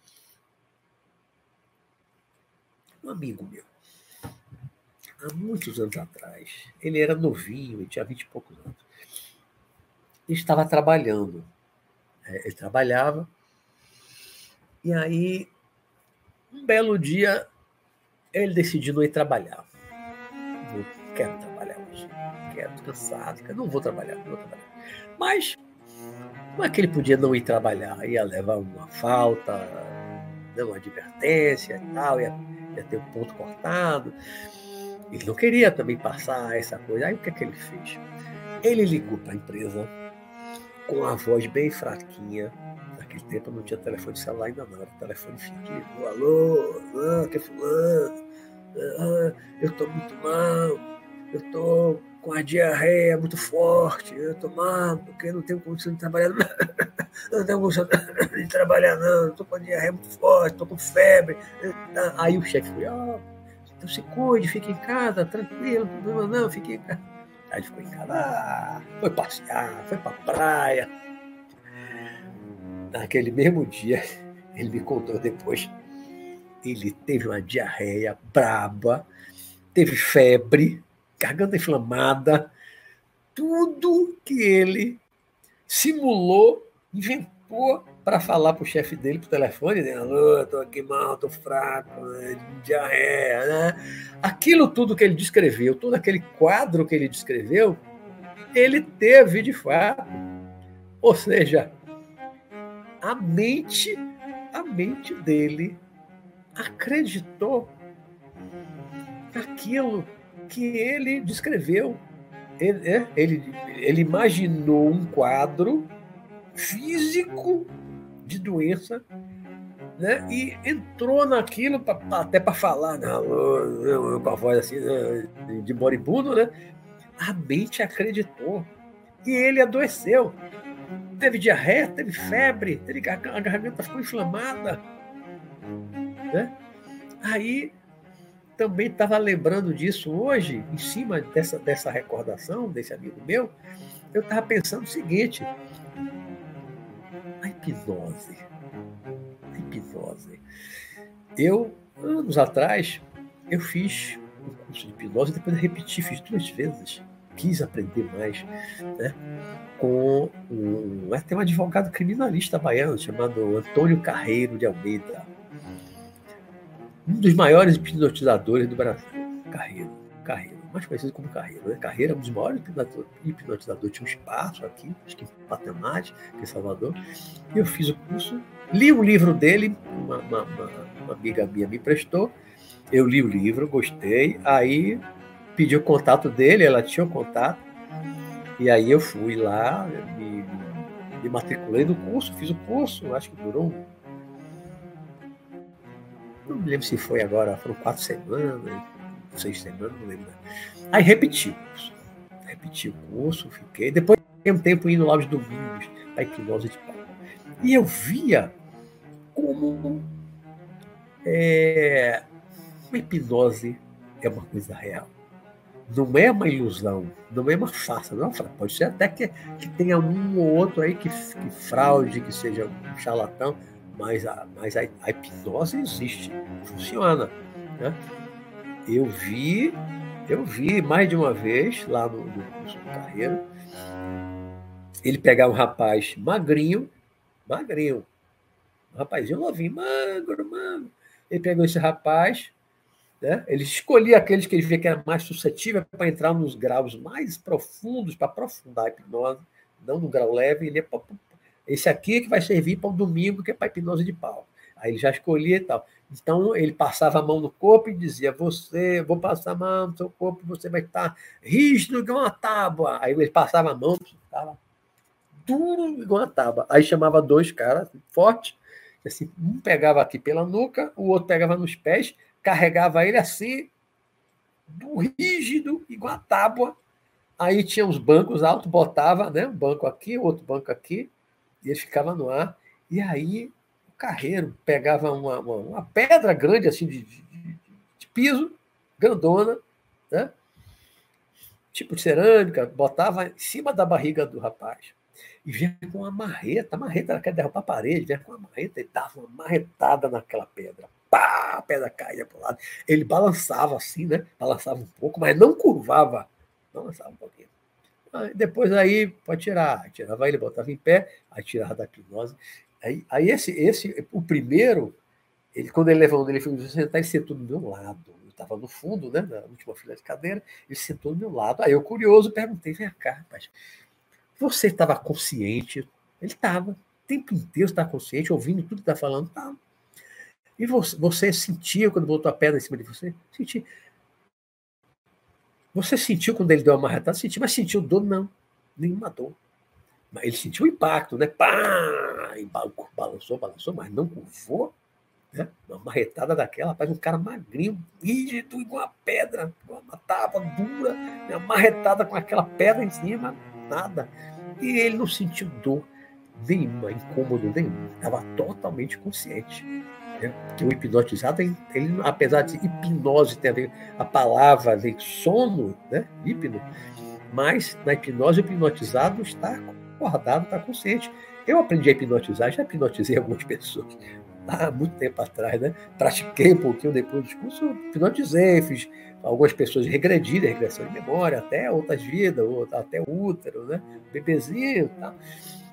A: um amigo meu, há muitos anos atrás, ele era novinho, ele tinha 20 e poucos anos, ele estava trabalhando. Ele trabalhava, e aí, um belo dia, ele decidiu não ir trabalhar. Não quero trabalhar hoje, quero descansar, não vou trabalhar. Mas, como é que ele podia não ir trabalhar? Ia levar uma falta, uma advertência e tal, ia ter um ponto cortado. Ele não queria também passar essa coisa. Aí o que é que ele fez? Ele ligou para a empresa com a voz bem fraquinha. Naquele tempo não tinha telefone celular ainda não, era telefone fixo. Alô, que é fulano? Eu estou muito mal, eu estou com a diarreia muito forte, eu estou mal, porque não tenho condição de trabalhar, não tenho condição de trabalhar não, estou com a diarreia muito forte, estou com febre. Aí o chefe falou: então se cuide, fique em casa, tranquilo, não tem problema não, fique em casa. Aí ele ficou em casa, foi passear, foi pra praia. Naquele mesmo dia, ele me contou depois, ele teve uma diarreia braba, teve febre, garganta inflamada, tudo que ele simulou, inventou para falar para o chefe dele por telefone, dizendo: alô, estou aqui mal, estou fraco, né, diarreia, né? Aquilo tudo que ele descreveu, todo aquele quadro que ele descreveu, ele teve de fato. Ou seja, a mente dele acreditou naquilo que ele descreveu. Ele imaginou um quadro físico de doença, né? E entrou naquilo até para falar, com a voz assim, de moribundo, né? A mente acreditou e ele adoeceu. Teve diarreia, teve febre, a garganta ficou inflamada, né? Aí também estava lembrando disso hoje, em cima dessa recordação desse amigo meu, eu estava pensando o seguinte: a hipnose. Eu, anos atrás, eu fiz um curso de hipnose, depois eu repeti, fiz 2 vezes. Quis aprender mais, né? Tem um advogado criminalista baiano chamado Antônio Carreiro de Almeida, um dos maiores hipnotizadores do Brasil. Carreiro, mais conhecido como Carreiro, né? Carreiro é um dos maiores hipnotizadores. Tinha um espaço aqui, acho que em Patamate, aqui em Salvador. E eu fiz o curso, li o livro dele, uma amiga minha me emprestou. Eu li o livro, gostei, aí pedi o contato dele, ela tinha o contato, e aí eu fui lá, me matriculei no curso, fiz o curso, acho que durou não me lembro se foi agora, foram 4 semanas, 6 semanas, não lembro. Aí repeti o curso, fiquei. Depois fiquei um tempo indo lá aos domingos para hipnose de palco. E eu via como uma hipnose é uma coisa real. Não é uma ilusão, não é uma farsa, não é uma farsa. Pode ser até que tenha um ou outro aí que fraude, que seja um charlatão, mas a hipnose existe, funciona, né? Eu vi mais de uma vez lá no curso do Carreiro, ele pegar um rapaz magrinho, um rapazinho novinho, magro. Ele pegou esse rapaz, né? Ele escolhia aqueles que ele via que era mais suscetível para entrar nos graus mais profundos, para aprofundar a hipnose, não no grau leve. Ele esse aqui que vai servir para um domingo, que é para hipnose de pau. Aí ele já escolhia e tal. Então, ele passava a mão no corpo e dizia: vou passar a mão no seu corpo, você vai estar rígido igual uma tábua. Aí ele passava a mão, estava duro igual uma tábua. Aí chamava 2 caras fortes, assim, um pegava aqui pela nuca, o outro pegava nos pés, carregava ele assim, rígido igual a tábua. Aí tinha uns bancos altos, botava, né, um banco aqui, outro banco aqui, e ele ficava no ar. E aí o Carreiro pegava uma pedra grande, assim, de piso, grandona, né? Tipo de cerâmica, botava em cima da barriga do rapaz. E vinha com uma marreta. A marreta ela quer derrubar a parede, vinha com uma marreta e dava uma marretada naquela pedra. Pá! A pedra caía para o lado. Ele balançava assim, né? Balançava um pouco, mas não curvava. Balançava um pouquinho. Depois aí pode tirar. Tirava ele, botava em pé, aí tirava da hipnose. Aí o primeiro, quando ele levou, ele foi sentar, ele sentou do meu lado. Eu estava no fundo, né, na última fila de cadeira, ele sentou do meu lado. Aí eu, curioso, perguntei: vem cá, rapaz, você estava consciente? Ele estava. O tempo inteiro estava consciente, ouvindo tudo que está falando? Estava. E você sentiu quando botou a pedra em cima de você? Senti. Você sentiu quando ele deu uma marretada? Senti, mas sentiu dor? Não, nenhuma dor. Mas ele sentiu o impacto, né? Pá! E balançou, mas não curvou, né? Uma marretada daquela, rapaz, um cara magrinho, rígido, igual uma pedra, igual uma tábua dura, uma marretada com aquela pedra em cima, nada. E ele não sentiu dor nenhuma, incômodo nenhum. Estava totalmente consciente. Porque o hipnotizado, ele, apesar de hipnose ter a ver, a palavra vem sono, né? Hipno, mas na hipnose o hipnotizado está acordado, está consciente. Eu aprendi a hipnotizar, já hipnotizei algumas pessoas há muito tempo atrás, né? Pratiquei um pouquinho depois do curso, hipnotizei, fiz algumas pessoas regressão de memória, até outras vidas, até útero, né? Bebezinho e tal.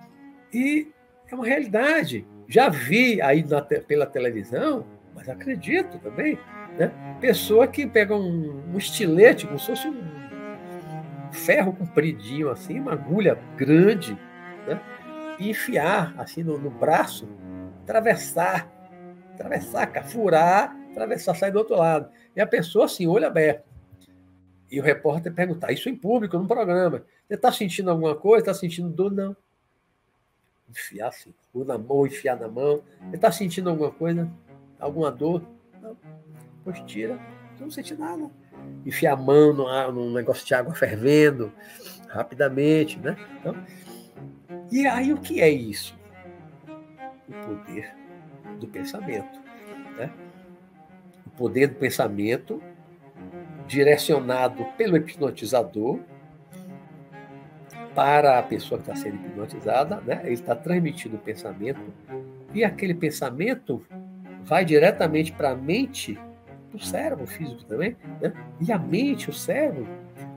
A: E é uma realidade. Já vi aí pela televisão, mas acredito também, né? Pessoa que pega um estilete, como se fosse um ferro compridinho, assim, uma agulha grande, né? E enfiar assim no braço, atravessar, furar, atravessar, sair do outro lado. E a pessoa assim, olho aberto. E o repórter perguntar, isso em público, num programa. Você está sentindo alguma coisa? Está sentindo dor? Não. Enfiar assim, ou na mão, enfiar na mão. Você está sentindo alguma coisa? Alguma dor? Não. Pois tira, não sente nada. Enfiar a mão num negócio de água fervendo, rapidamente, né? Então, e aí o que é isso? O poder do pensamento, né? O poder do pensamento direcionado pelo hipnotizador para a pessoa que está sendo hipnotizada, né? Ele está transmitindo o pensamento e aquele pensamento vai diretamente para a mente do cérebro físico também, né? E a mente, o cérebro,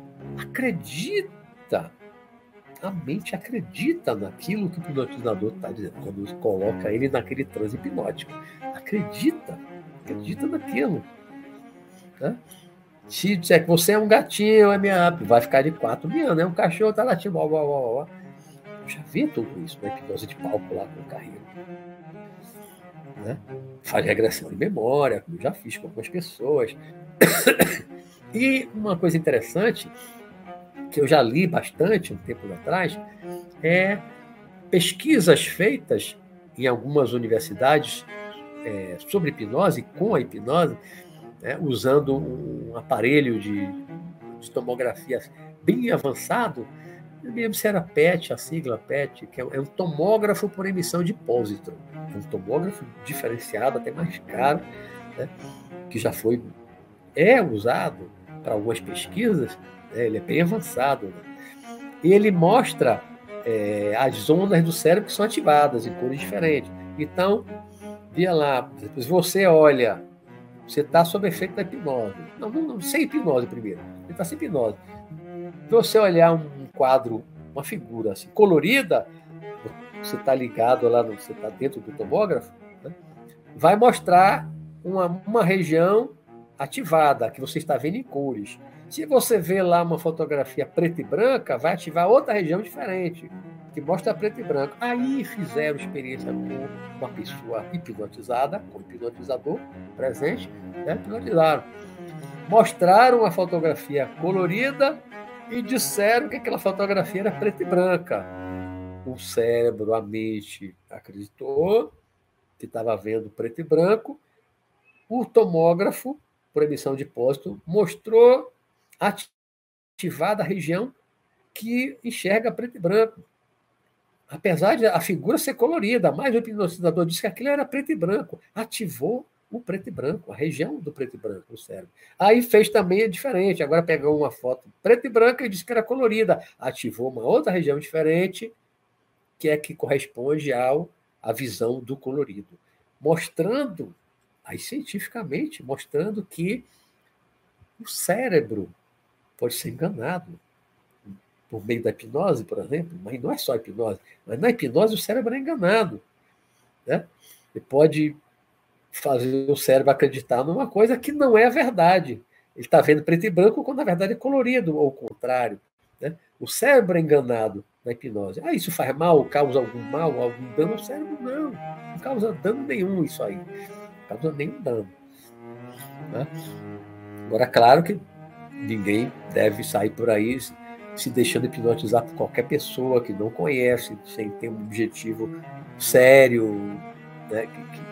A: a mente acredita naquilo que o hipnotizador está dizendo, quando coloca ele naquele transe hipnótico. Acredita naquilo, né? Se disser que você é um gatinho, vai ficar de 4 miando, é um cachorro, tá latindo, blá, blá, blá, blá. Eu já vi tudo isso na hipnose de palco lá com o Carreiro. Né? Faz regressão de memória, como eu já fiz com algumas pessoas. E uma coisa interessante, que eu já li bastante um tempo atrás, é pesquisas feitas em algumas universidades sobre hipnose, com a hipnose, né, usando um aparelho de tomografia bem avançado, não lembro se era PET, a sigla PET, que é um tomógrafo por emissão de pósitron. É um tomógrafo diferenciado, até mais caro, né, que já é usado para algumas pesquisas, né, ele é bem avançado. Né, e ele mostra as zonas do cérebro que são ativadas em cores diferentes. Então, via lá, se você olha, você está sob efeito da hipnose. Não, sem hipnose primeiro. Você está sem hipnose. Se você olhar um quadro, uma figura assim, colorida, você está ligado lá, você está dentro do tomógrafo, né? Vai mostrar uma região ativada, que você está vendo em cores. Se você vê lá uma fotografia preta e branca, vai ativar outra região diferente, que mostra preto e branco. Aí fizeram experiência com uma pessoa hipnotizada, com o hipnotizador presente, né? Hipnotizaram. Mostraram a fotografia colorida e disseram que aquela fotografia era preta e branca. O cérebro, a mente acreditou que estava vendo preto e branco. O tomógrafo, por emissão de pósitron, mostrou ativada a região que enxerga preto e branco. Apesar de a figura ser colorida, mas o hipnotizador disse que aquilo era preto e branco. Ativou o preto e branco, a região do preto e branco no cérebro. Aí fez também diferente. Agora pegou uma foto preta e branca e disse que era colorida. Ativou uma outra região diferente, que é que corresponde à visão do colorido. Mostrando, aí cientificamente, mostrando que o cérebro pode ser enganado por meio da hipnose, por exemplo, mas não é só hipnose, mas na hipnose o cérebro é enganado, né? Ele pode fazer o cérebro acreditar numa coisa que não é a verdade. Ele está vendo preto e branco quando na verdade é colorido, ou o contrário, né? O cérebro é enganado na hipnose. Isso faz mal, causa algum mal, algum dano ao cérebro? Não causa dano nenhum isso aí. Não causa nenhum dano. Né? Agora, claro que ninguém deve sair por aí se deixando hipnotizar por qualquer pessoa que não conhece, sem ter um objetivo sério, né,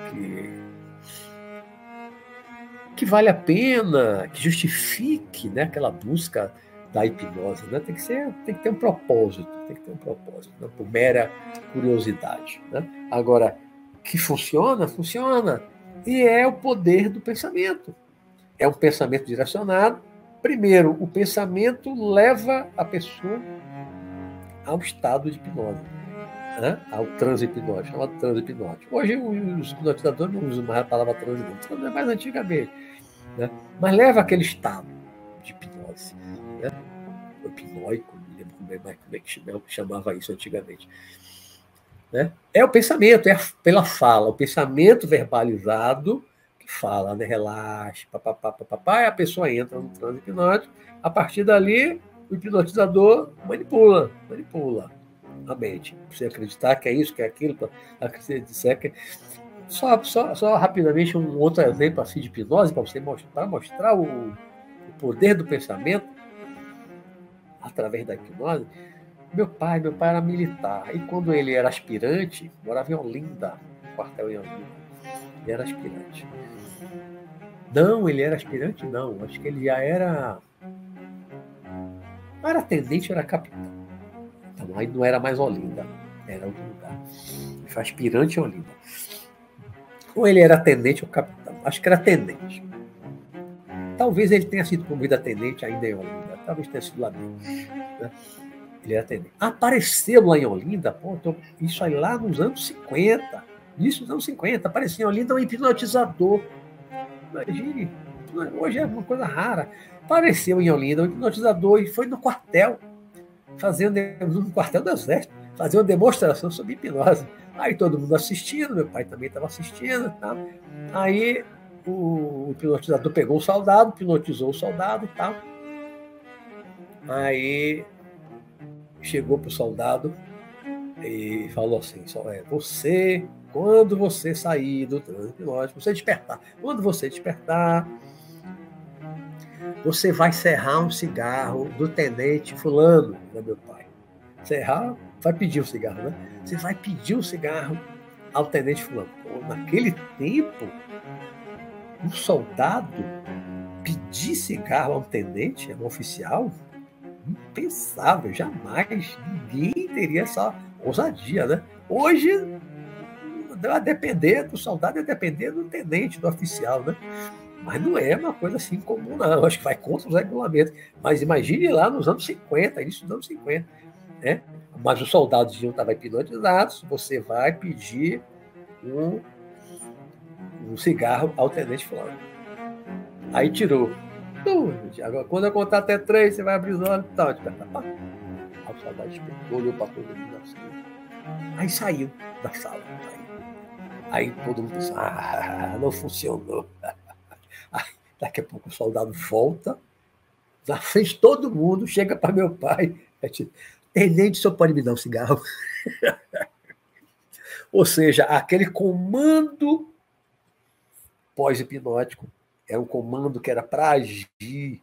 A: que vale a pena, que justifique, né, aquela busca da hipnose. Né? Tem que ter um propósito, não por mera curiosidade. Né? Agora, que funciona. E é o poder do pensamento. É um pensamento direcionado. Primeiro, o pensamento leva a pessoa ao estado de hipnose, né? Ao transe hipnótico, chamado transe hipnótico. Hoje, os hipnotizadores não usam mais a palavra transe, não é mais antigamente. Né? Mas leva aquele estado de hipnose. Né? O hipnóico, não lembro como é que chamava isso antigamente. né? É o pensamento, é pela fala, o pensamento verbalizado que fala, né? Relaxa, papapá, papapá, e a pessoa entra no transe hipnótico. A partir dali, o hipnotizador manipula a mente. Você acreditar que é isso, que é aquilo, você disser que... Só rapidamente um outro exemplo assim, de hipnose, para mostrar o poder do pensamento através da hipnose. Meu pai era militar, e quando ele era aspirante, morava em Olinda, no quartel em Olinda. Ele era aspirante. Não, ele era aspirante, não. Acho que ele já era. Não era tenente, era capitão. Então, aí não era mais Olinda, era outro lugar. Ele foi aspirante em Olinda. Ou ele era tenente ou capitão. Acho que era tenente. Talvez ele tenha sido promovido a tenente ainda em Olinda. Talvez tenha sido lá dentro. Né? Ele era tenente. Apareceu lá em Olinda, então, isso aí lá nos anos 50. Isso nos anos 50. Apareceu em Olinda um hipnotizador. Imagine, hoje é uma coisa rara. Apareceu em Olinda um hipnotizador e foi no quartel, no quartel do Exército, fazer uma demonstração sobre hipnose. Aí todo mundo assistindo, meu pai também estava assistindo. Tá? Aí o hipnotizador pegou o soldado, hipnotizou o soldado e tal. Aí chegou para o soldado e falou assim: você, quando você sair do transe hipnótico, quando você despertar, você vai serrar um cigarro do tenente fulano, né, meu pai? Serrar, vai pedir um cigarro, né? Você vai pedir um cigarro ao tenente fulano. Pô, naquele tempo, um soldado pedir cigarro a um tenente, a um oficial, impensável, jamais. Ninguém teria essa ousadia, né? Hoje, a depender do soldado, a depender do tenente, do oficial, né? Mas não é uma coisa assim comum, não. Acho que vai contra os regulamentos. Mas imagine lá nos anos 50, início dos anos 50, né? Mas os soldados já estavam hipnotizados, você vai pedir um cigarro ao tenente fulano. Aí tirou. Agora, quando eu contar até 3, você vai abrir os olhos. Tá, aí o soldado despertou, olhou para todo mundo assim. Aí saiu da sala. Aí todo mundo pensou, não funcionou. Aí, daqui a pouco o soldado volta, na frente de todo mundo, chega para meu pai. Tenente, só pode me dar um cigarro? Ou seja, aquele comando pós-hipnótico é um comando que era para agir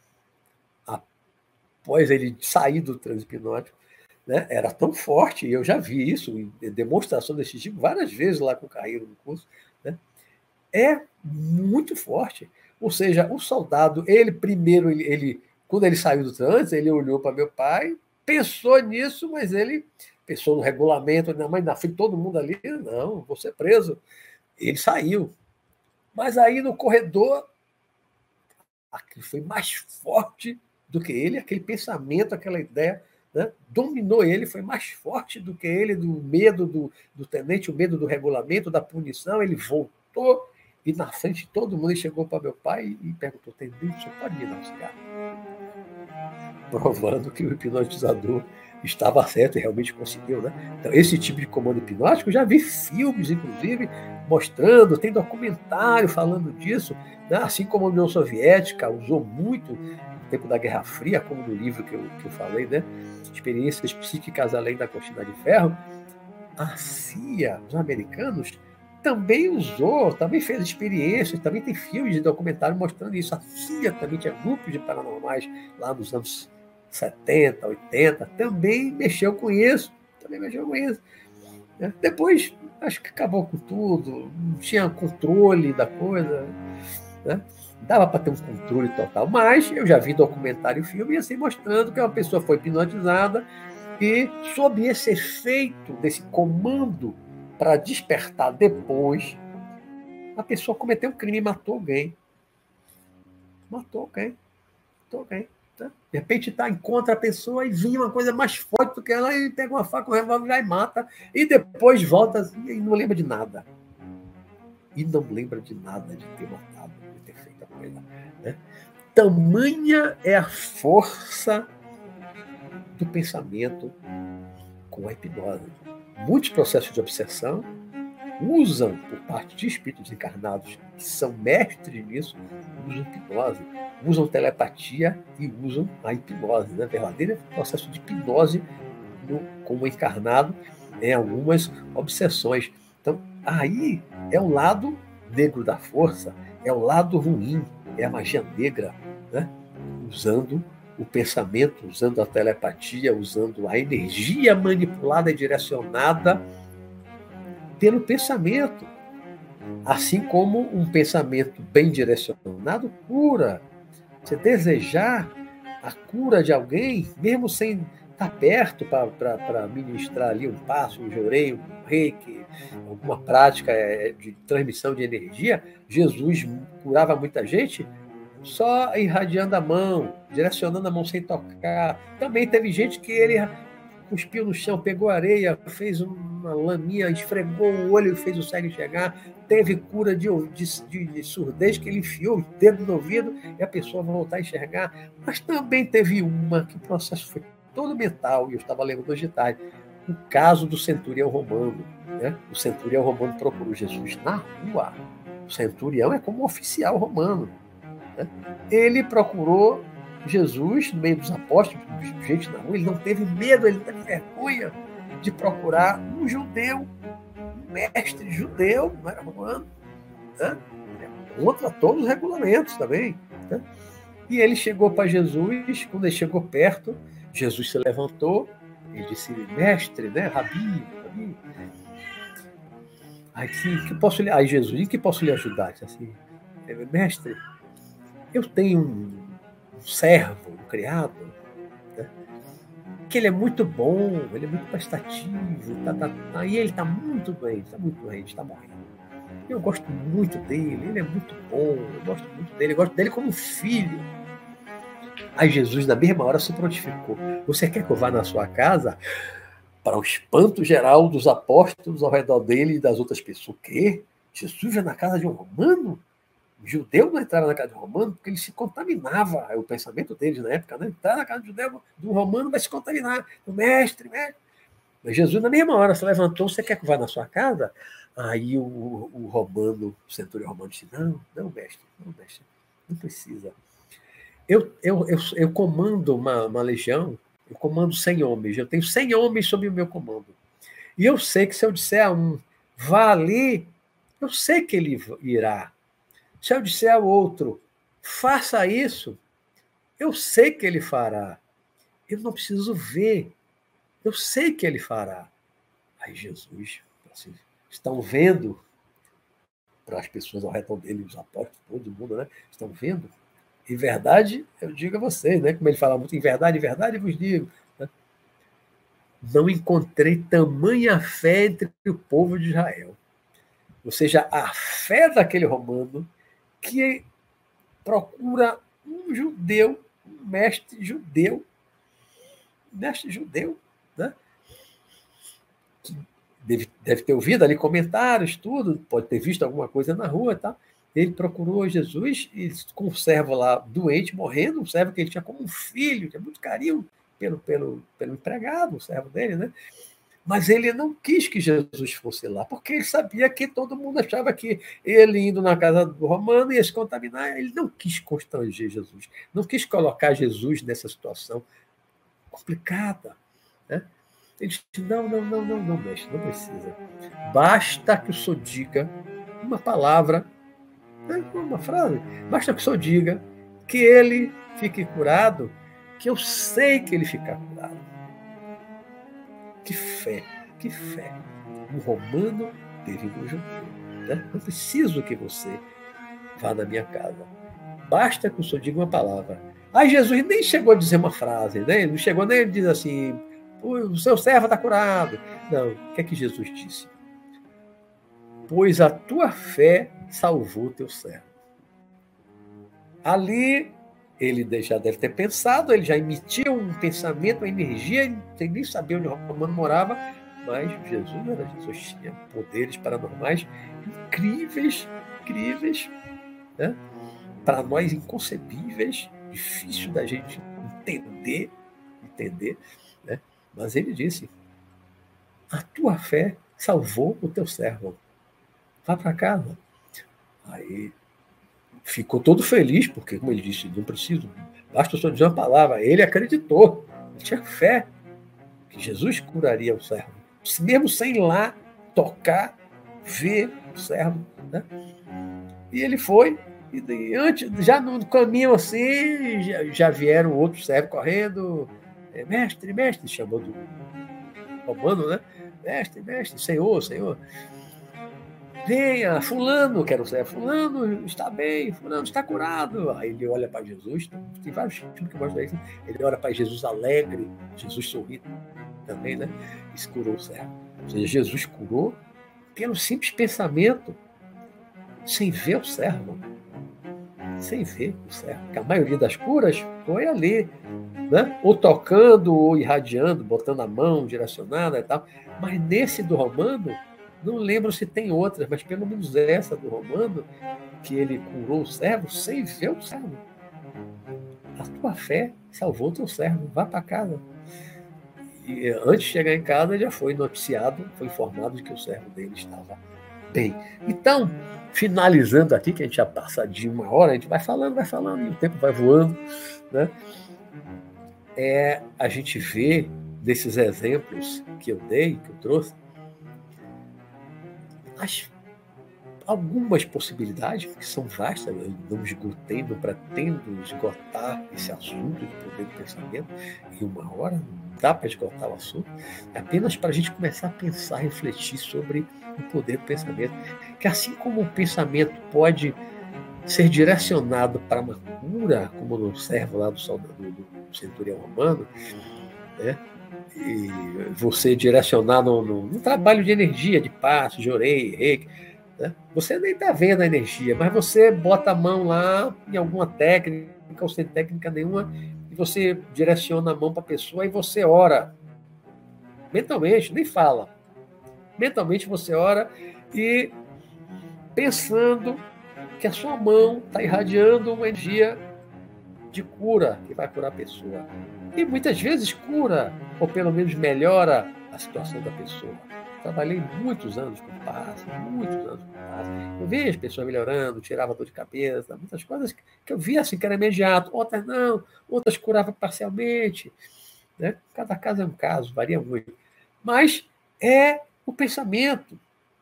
A: após ele sair do transe hipnótico, né? Era tão forte, e eu já vi isso, em demonstração desse tipo, várias vezes lá com o Caíro no curso, né? É muito forte. Ou seja, o soldado, ele primeiro, quando ele saiu do transe, ele olhou para meu pai, pensou nisso, mas ele pensou no regulamento, mas na frente de todo mundo ali, não, vou ser preso. Ele saiu. Mas aí no corredor, aquilo foi mais forte do que ele, aquele pensamento, aquela ideia, né? Dominou ele, foi mais forte do que ele, do medo do tenente, o medo do regulamento, da punição. Ele voltou e na frente de todo mundo ele chegou para meu pai e perguntou: tenente, você pode me dar um cigarro? Provando que o hipnotizador estava certo e realmente conseguiu, né? Então, esse tipo de comando hipnótico, eu já vi filmes, inclusive, mostrando, tem documentário falando disso, né? Assim como a União Soviética usou muito no tempo da Guerra Fria, como no livro que eu falei, né? Experiências psíquicas além da cortina de ferro. A CIA, os americanos, também usou, também fez experiências, também tem filmes de documentário mostrando isso. A CIA também tinha grupos de paranormais lá nos anos 70, 80, também mexeu com isso. Né? Depois, acho que acabou com tudo, não tinha controle da coisa, né? Dava para ter um controle total, mas eu já vi documentário e filme assim mostrando que uma pessoa foi hipnotizada e, sob esse efeito desse comando para despertar depois, a pessoa cometeu um crime e matou alguém. Tá? De repente encontra a pessoa e vinha uma coisa mais forte do que ela e pega uma faca, um revólver e mata. E depois volta assim, e não lembra de nada. E não lembra de nada de ter matado, de ter feito a coisa. Né? Tamanha é a força do pensamento com a hipnose. muitos processos de obsessão, usam, por parte de espíritos encarnados, que são mestres nisso, usam hipnose, usam telepatia e usam a hipnose, né? Verdadeiro processo de hipnose como encarnado em algumas obsessões. Então, aí é o lado negro da força, é o lado ruim, é a magia negra, né? Usando o pensamento, usando a telepatia, usando a energia manipulada e direcionada pelo pensamento. Assim como um pensamento bem direcionado cura. Você desejar a cura de alguém, mesmo sem estar perto para ministrar ali um passo, um jorei, um reiki, alguma prática de transmissão de energia, Jesus curava muita gente só irradiando a mão, direcionando a mão sem tocar. Também teve gente que ele cuspiu no chão, pegou areia, fez uma laminha, esfregou o olho e fez o cego enxergar. Teve cura de surdez, que ele enfiou o dedo no ouvido e a pessoa voltar a enxergar. Mas também teve uma que o processo foi todo mental, e eu estava lendo hoje de tarde, o caso do centurião romano. Né? O centurião romano procurou Jesus na rua. O centurião é como um oficial romano. Né? Ele procurou Jesus no meio dos apóstolos, gente na rua, ele não teve medo, ele não teve vergonha de procurar um judeu, um mestre judeu, não era romano, né? Contra todos os regulamentos também. Né? E ele chegou para Jesus, quando ele chegou perto, Jesus se levantou e disse: mestre, né? Rabi. Aí Jesus, em que posso lhe ajudar? Disse assim: mestre, eu tenho um servo, um criado, né? Que ele é muito bom, ele é muito prestativo, e ele está muito doente, está morrendo. Eu gosto muito dele, ele é muito bom, eu gosto dele como um filho. Aí Jesus, na mesma hora, se prontificou: você quer que eu vá na sua casa? Para o espanto geral dos apóstolos ao redor dele e das outras pessoas. O quê? Jesus vai na casa de um romano? Judeu não entrava na casa de um romano porque ele se contaminava. É o pensamento deles na época, né? Entrar na casa de um romano vai se contaminar. O mestre. Mas Jesus, na mesma hora, se levantou: você quer que eu vá na sua casa? Aí o romano, o centurião romano, disse: não, mestre, não precisa. Eu comando uma legião, eu comando 100 homens, eu tenho 100 homens sob o meu comando. E eu sei que se eu disser a um, vá ali, eu sei que ele irá. Se eu disser ao outro, faça isso, eu sei que ele fará. Eu não preciso ver, eu sei que ele fará. Aí Jesus, assim, estão vendo, para as pessoas ao redor dele, os apóstolos, todo mundo, né? Estão vendo? Em verdade, eu digo a vocês, né? Como ele fala muito, em verdade vos digo. Né? Não encontrei tamanha fé entre o povo de Israel. Ou seja, a fé daquele romano que procura um judeu, um mestre judeu, né? Que deve ter ouvido ali comentários, tudo, pode ter visto alguma coisa na rua e tal. Ele procurou Jesus e com o servo lá doente, morrendo, um servo que ele tinha como um filho, tinha muito carinho pelo empregado, o servo dele, né? Mas ele não quis que Jesus fosse lá, porque ele sabia que todo mundo achava que ele indo na casa do romano ia se contaminar. Ele não quis constranger Jesus, não quis colocar Jesus nessa situação complicada. Né? Ele disse: não, mestre, não precisa. Basta que o senhor diga uma palavra, uma frase, basta que o senhor diga que ele fique curado, que eu sei que ele fica curado. Que fé, que fé. Um romano teve um judeu. Né? Não preciso que você vá na minha casa. Basta que o senhor diga uma palavra. Aí Jesus nem chegou a dizer uma frase, né? Ele não chegou nem a dizer assim: o seu servo está curado. Não, o que é que Jesus disse? Pois a tua fé salvou o teu servo. Ali, ele já deve ter pensado, ele já emitiu um pensamento, uma energia, sem nem saber onde o romano morava, mas Jesus tinha poderes paranormais incríveis, né? Para nós inconcebíveis, difícil da gente entender, né? Mas ele disse: a tua fé salvou o teu servo. Vá para casa. Aí ficou todo feliz, porque, como ele disse, não preciso, basta só dizer uma palavra. Ele acreditou, ele tinha fé que Jesus curaria o servo, mesmo sem ir lá tocar, ver o servo, né? E ele foi, e antes, já no caminho assim, já vieram outros servos correndo. Mestre, mestre, chamou do romano, né? Mestre, mestre, senhor, senhor. Venha, fulano, quero ser, fulano está bem, fulano está curado. Aí ele olha para Jesus, tem vários filmes que mostram isso. Ele olha para Jesus alegre, Jesus sorri também, né? E se curou o servo. Ou seja, Jesus curou pelo simples pensamento, sem ver o servo. Sem ver o servo. Porque a maioria das curas foi ali, né? Ou tocando, ou irradiando, botando a mão direcionada e tal. Mas nesse do romano, não lembro se tem outras, mas pelo menos essa do romano, que ele curou o servo sem ver o servo. A tua fé salvou o teu servo, vá para casa. E antes de chegar em casa, ele já foi noticiado, foi informado de que o servo dele estava bem. Então, finalizando aqui, que a gente já passa de 1 hora, a gente vai falando, e o tempo vai voando, né? A gente vê desses exemplos que eu dei, que eu trouxe, algumas possibilidades, que são vastas, eu não esgotei, não pretendo esgotar esse assunto de poder do pensamento em 1 hora, não dá para esgotar o assunto, é apenas para a gente começar a pensar, refletir sobre o poder do pensamento, que assim como o pensamento pode ser direcionado para uma cura, como no servo lá do centurião romano, né? E você direcionar no trabalho de energia, de passe, de orei, reiki, né? Você nem está vendo a energia, mas você bota a mão lá em alguma técnica ou sem técnica nenhuma e você direciona a mão para a pessoa e você ora mentalmente, nem fala. Mentalmente você ora e pensando que a sua mão está irradiando uma energia de cura que vai curar a pessoa. E muitas vezes cura, ou pelo menos melhora a situação da pessoa. Trabalhei muitos anos com passe, Eu vi as pessoas melhorando, tirava dor de cabeça, muitas coisas que eu via assim que era imediato, outras não, outras curava parcialmente, né? Cada caso é um caso, varia muito. Mas é o pensamento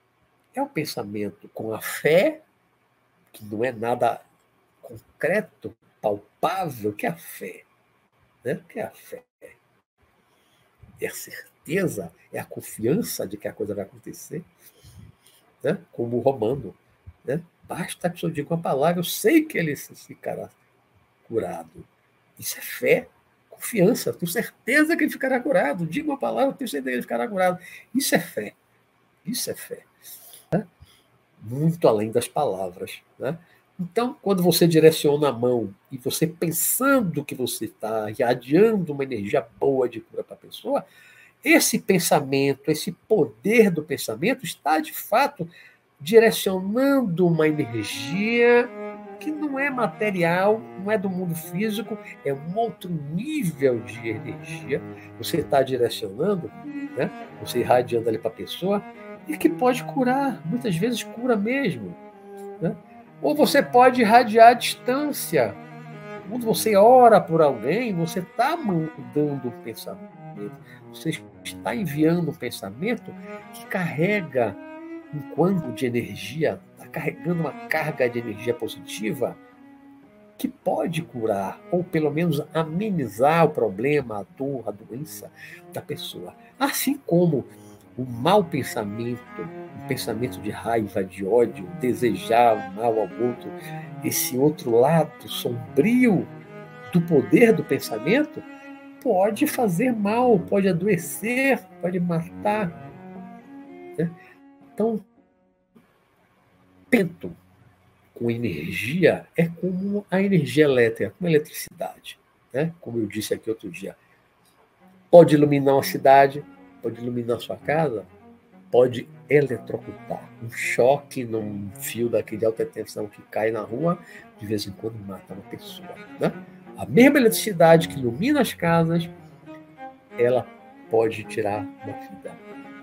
A: com a fé, que não é nada concreto, palpável, que é a fé. Né? O que é a fé? É a certeza, é a confiança de que a coisa vai acontecer, né? Como o romano. Né? Basta que eu diga uma palavra, eu sei que ele ficará curado. Isso é fé, confiança, tenho certeza que ele ficará curado. Diga uma palavra, tenho certeza que ele ficará curado. Isso é fé. Isso é fé. Né? Muito além das palavras. Né? Então, quando você direciona a mão e você pensando que você está irradiando uma energia boa de cura para a pessoa, esse pensamento, esse poder do pensamento está, de fato, direcionando uma energia que não é material, não é do mundo físico, é um outro nível de energia. Você está direcionando, né? Você irradiando ali para a pessoa, e que pode curar, muitas vezes cura mesmo. Né? Ou você pode irradiar à distância. Quando você ora por alguém, você está mudando o pensamento. Você está enviando um pensamento que carrega um quanto de energia, está carregando uma carga de energia positiva que pode curar, ou pelo menos amenizar o problema, a dor, a doença da pessoa. Assim como o mau pensamento, o pensamento de raiva, de ódio, desejar o mal ao outro, esse outro lado sombrio do poder do pensamento, pode fazer mal, pode adoecer, pode matar. Né? Então, pensamento com energia é como a energia elétrica, como a eletricidade. Né? Como eu disse aqui outro dia, pode iluminar uma cidade, pode iluminar a sua casa, pode eletrocutar. Um choque num fio daquele de alta tensão que cai na rua, de vez em quando mata uma pessoa. Né? A mesma eletricidade que ilumina as casas, ela pode tirar uma vida.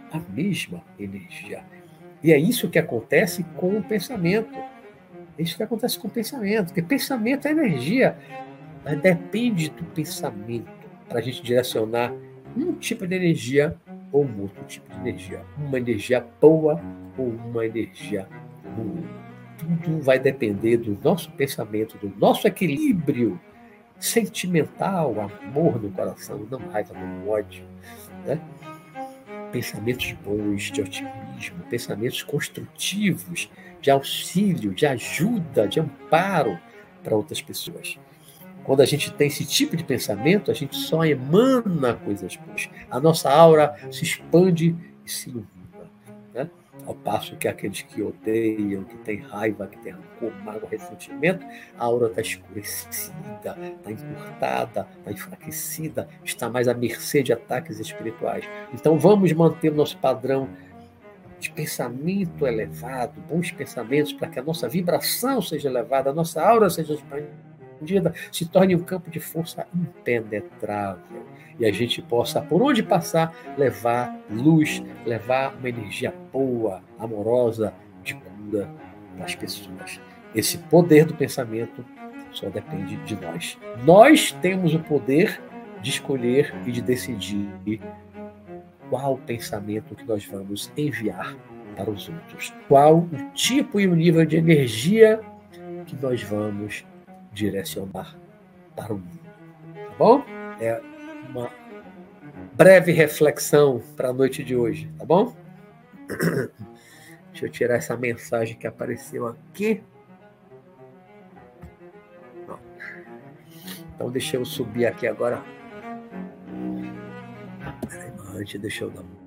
A: a mesma energia. E é isso que acontece com o pensamento. É isso que acontece com o pensamento, porque pensamento é energia. Mas depende do pensamento para a gente direcionar um tipo de energia ou um outro tipo de energia. Uma energia boa ou uma energia ruim. Tudo vai depender do nosso pensamento, do nosso equilíbrio sentimental, amor no coração, não raiva, não ódio, né? Pensamentos bons, de otimismo, pensamentos construtivos, de auxílio, de ajuda, de amparo para outras pessoas. Quando a gente tem esse tipo de pensamento, a gente só emana coisas boas. A nossa aura se expande e se ilumina, né? Ao passo que aqueles que odeiam, que têm raiva, que têm rancor, mágoa, ressentimento, a aura está escurecida, está encurtada, está enfraquecida, está mais à mercê de ataques espirituais. Então vamos manter o nosso padrão de pensamento elevado, bons pensamentos, para que a nossa vibração seja elevada, a nossa aura seja expandida, se torne um campo de força impenetrável. E a gente possa, por onde passar, levar luz, levar uma energia boa, amorosa, de cura para as pessoas. Esse poder do pensamento só depende de nós. Nós temos o poder de escolher e de decidir qual pensamento que nós vamos enviar para os outros, qual o tipo e o nível de energia que nós vamos direcionar para o mundo. Tá bom? É uma breve reflexão para a noite de hoje, tá bom? Deixa eu tirar essa mensagem que apareceu aqui. Então, deixa eu subir aqui agora. Peraí, antes, deixa eu dar uma.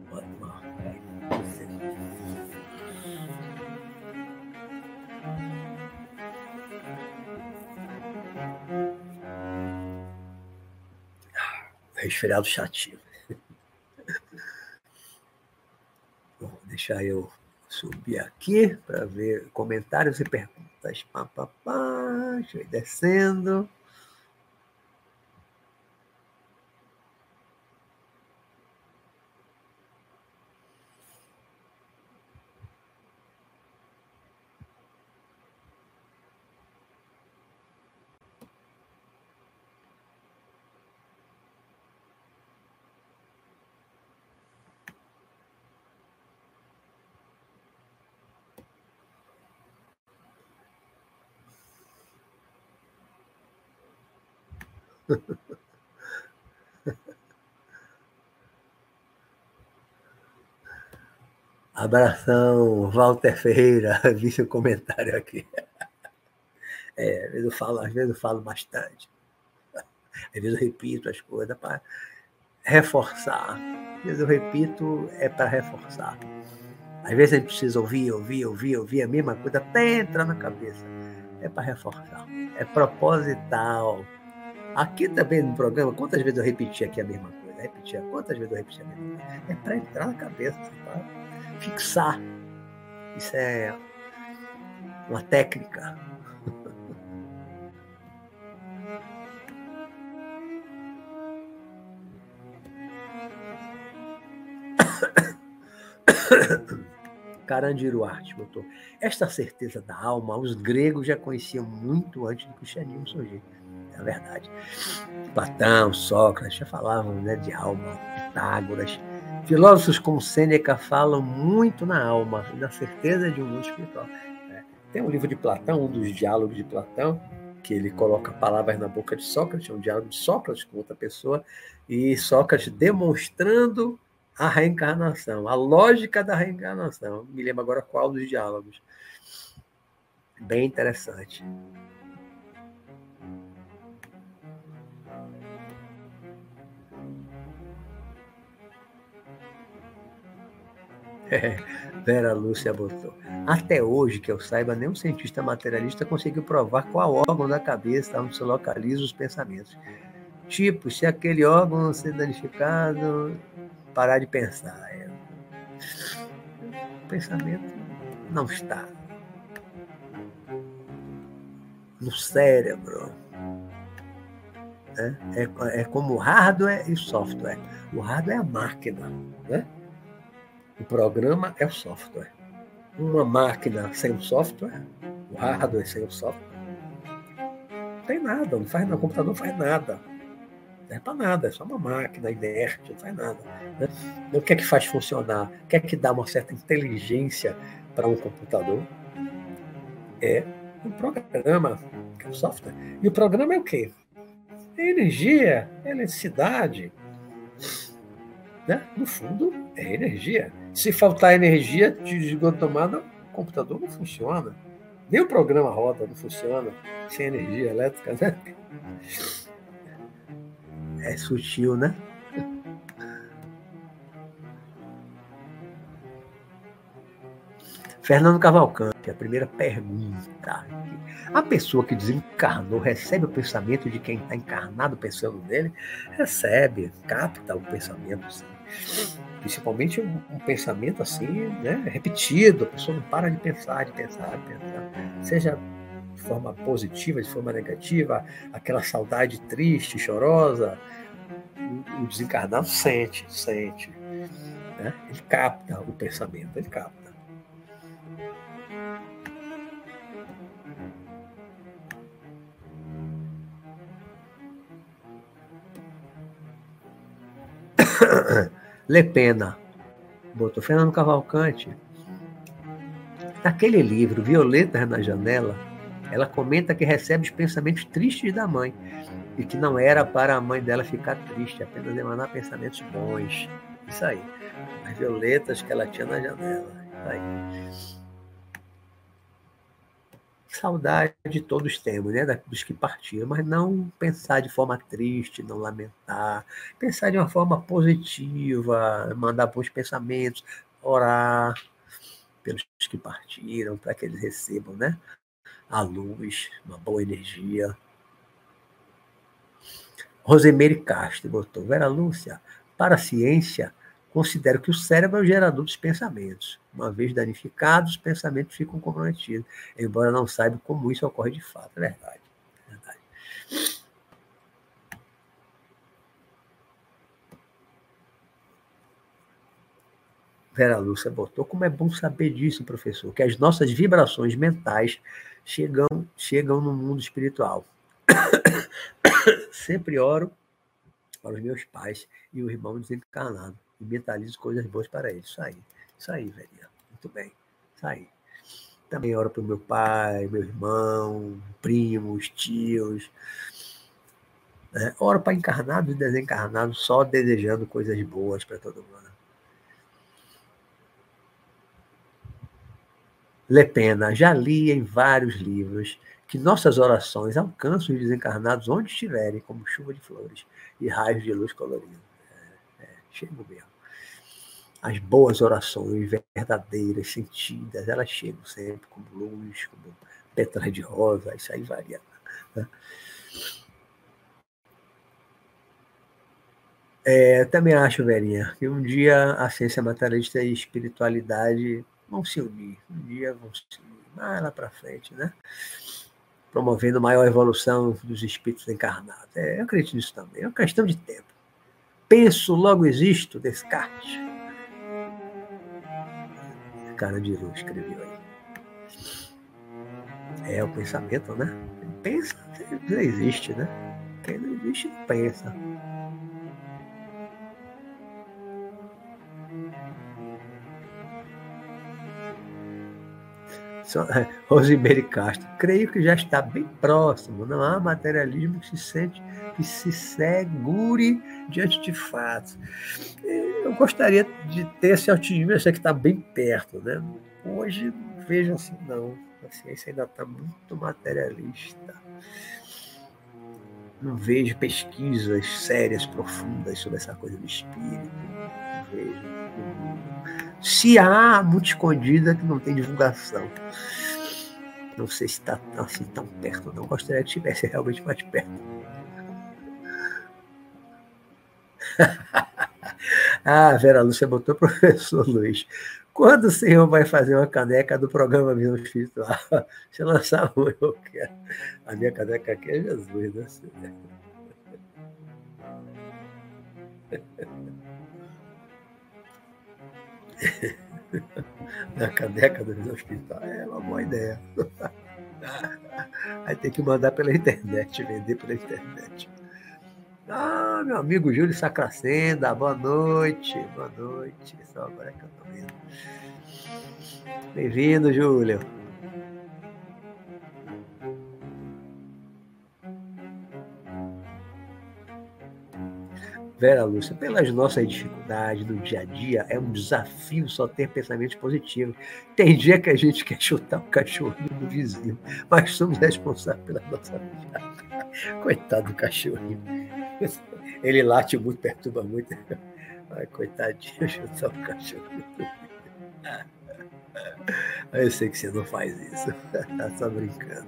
A: Resfriado chatinho. Bom, deixa eu subir aqui para ver comentários e perguntas. Deixa eu ir descendo. Abração, Walter Ferreira, vi seu comentário aqui. Às vezes eu falo bastante. Às vezes eu repito as coisas para reforçar. Às vezes eu repito, é para reforçar. Às vezes a gente precisa ouvir a mesma coisa até entrar na cabeça. É para reforçar. É proposital. Aqui também no programa, quantas vezes eu repeti aqui a mesma coisa? Quantas vezes eu repeti a mesma coisa? É para entrar na cabeça, para fixar. Isso é uma técnica. Carandiru Arte botou. Esta certeza da alma, os gregos já conheciam muito antes do cristianismo surgir. É verdade. Platão, Sócrates já falavam, né, de alma, Pitágoras. Filósofos como Sêneca falam muito na alma e na certeza de um mundo espiritual. Tem um livro de Platão, um dos diálogos de Platão, que ele coloca palavras na boca de Sócrates, é um diálogo de Sócrates com outra pessoa, e Sócrates demonstrando a reencarnação, a lógica da reencarnação. Me lembro agora qual dos diálogos. Bem interessante. Vera Lúcia botou. Até hoje, que eu saiba, nenhum cientista materialista conseguiu provar qual órgão da cabeça onde se localizam os pensamentos. Tipo, se aquele órgão ser danificado, parar de pensar. O pensamento não está no cérebro. É como hardware e software. O hardware é a máquina, né? O programa é o software. Uma máquina sem o software, o hardware sem o software, não tem nada, não faz nada, o computador não faz nada. Não serve para nada, é só uma máquina inerte, não faz nada. Né? O que é que faz funcionar? O que é que dá uma certa inteligência para um computador? É um programa, que é o software. E o programa é o quê? É energia, é eletricidade. Né? No fundo, é energia. Se faltar energia de esgoto tomada, o computador não funciona. Nem o programa roda, não funciona sem energia elétrica. Né? É sutil, né? Fernando Cavalcante, a primeira pergunta. A pessoa que desencarnou recebe o pensamento de quem está encarnado pensando nele? Recebe, capta o pensamento, sim. Principalmente um pensamento assim, né, repetido. A pessoa não para de pensar, de pensar, de pensar. Seja de forma positiva, de forma negativa, aquela saudade triste, chorosa, o desencarnado sente. Né? Ele capta o pensamento, ele capta. Le Pena, botou Fernando Cavalcante. Naquele livro, Violetas na Janela, ela comenta que recebe os pensamentos tristes da mãe e que não era para a mãe dela ficar triste, apenas emanar pensamentos bons. Isso aí. As violetas que ela tinha na janela. Isso aí. Saudade todos temos, né? Dos que partiram, mas não pensar de forma triste, não lamentar, pensar de uma forma positiva, mandar bons pensamentos, orar pelos que partiram, para que eles recebam, né? A luz, uma boa energia. Rosemary Castro botou: Vera Lúcia, para a ciência, considero que o cérebro é o gerador dos pensamentos. Uma vez danificados, os pensamentos ficam comprometidos, embora não saiba como isso ocorre de fato. É verdade. É verdade. Vera Lúcia botou: como é bom saber disso, professor, que as nossas vibrações mentais chegam no mundo espiritual. Sempre oro para os meus pais e o irmão desencarnado e mentalizo coisas boas para eles. Isso aí, velhinha. Muito bem. Isso aí. Também oro para o meu pai, meu irmão, primos, tios. Né? Oro para encarnados e desencarnados, só desejando coisas boas para todo mundo. Le Pena, já li em vários livros que nossas orações alcançam os desencarnados onde estiverem, como chuva de flores e raios de luz colorida. Chego mesmo. As boas orações verdadeiras, sentidas, elas chegam sempre como luz, como pétalas de rosa, isso aí varia. Né? Também acho, Verinha, que um dia a ciência materialista e a espiritualidade vão se unir. Um dia vão se unir, mais lá para frente, né? Promovendo maior evolução dos espíritos encarnados. Eu acredito nisso também. É uma questão de tempo. Penso, logo existo, Descartes. Cara de luz escreveu aí. É o pensamento, né? Quem pensa, já existe, né? Quem não existe, não pensa. Rosemary Castro, creio que já está bem próximo. Não há materialismo que se segure diante de fatos. Eu gostaria de ter esse otimismo, eu sei que está bem perto, né? Hoje não vejo assim, não. A ciência ainda está muito materialista. Não vejo pesquisas sérias, profundas sobre essa coisa do espírito. Não vejo. Se há, muito escondida, que não tem divulgação. Não sei se está assim tão perto, não. Gostaria que estivesse realmente mais perto. Vera Lúcia botou professor Luiz. Quando o senhor vai fazer uma caneca do programa Visão Espiritual? Deixa eu lançar uma, eu quero. A minha caneca aqui é Jesus, né? Na caneca do hospital. É uma boa ideia. Aí tem que mandar pela internet, vender pela internet. Ah, meu amigo Júlio Sacracenda, boa noite. Boa noite. Só agora que eu tô vendo. Bem-vindo, Júlio. Vera Lúcia, pelas nossas dificuldades no dia a dia, é um desafio só ter pensamentos positivos. Tem dia que a gente quer chutar o cachorrinho do vizinho, mas somos responsáveis pela nossa vida. Coitado do cachorrinho. Ele late muito, perturba muito. Ai, coitadinho, chutar o cachorrinho. Eu sei que você não faz isso. Tá só brincando.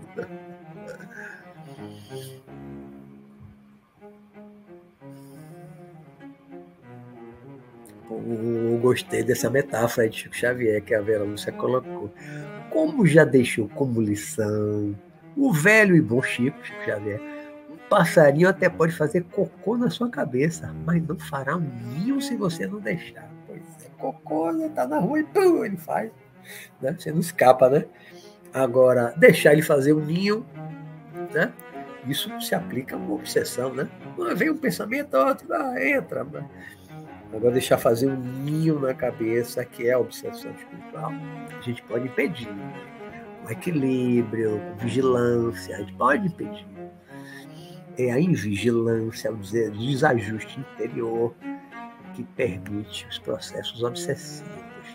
A: Eu gostei dessa metáfora de Chico Xavier que a Vera Lúcia colocou. Como já deixou como lição o velho e bom Chico Xavier, um passarinho até pode fazer cocô na sua cabeça, mas não fará um ninho se você não deixar. Pois é, cocô, né? Tá na rua e pum, ele faz. Né? Você não escapa, né? Agora, deixar ele fazer um ninho, né? Isso se aplica a uma obsessão, né? Vem um pensamento, outro, entra, né? Agora, deixar fazer um ninho na cabeça, que é a obsessão espiritual, a gente pode impedir. O equilíbrio, a vigilância, a gente pode impedir. É a invigilância, o desajuste interior que permite os processos obsessivos.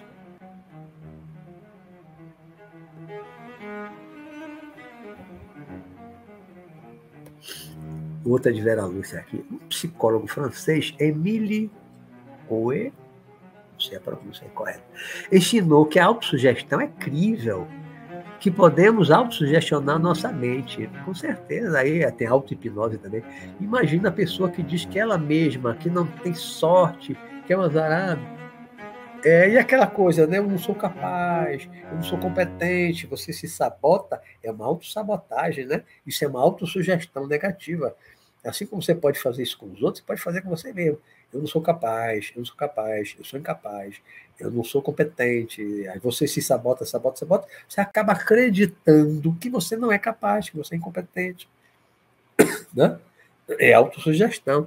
A: Outra de Vera Lúcia aqui. Um psicólogo francês, Émile Coué, não sei a pronúncia correta, ensinou que a autossugestão é crível, que podemos autossugestionar nossa mente. Com certeza, aí tem auto-hipnose também. Imagina a pessoa que diz que ela mesma, que não tem sorte, que é um azarado. E aquela coisa, né? Eu não sou capaz, eu não sou competente, você se sabota, é uma autossabotagem, né? Isso é uma autossugestão negativa. Assim como você pode fazer isso com os outros, você pode fazer com você mesmo. Eu não sou capaz, eu não sou capaz, eu sou incapaz, eu não sou competente. Aí você se sabota, você acaba acreditando que você não é capaz, que você é incompetente. Né? É autossugestão.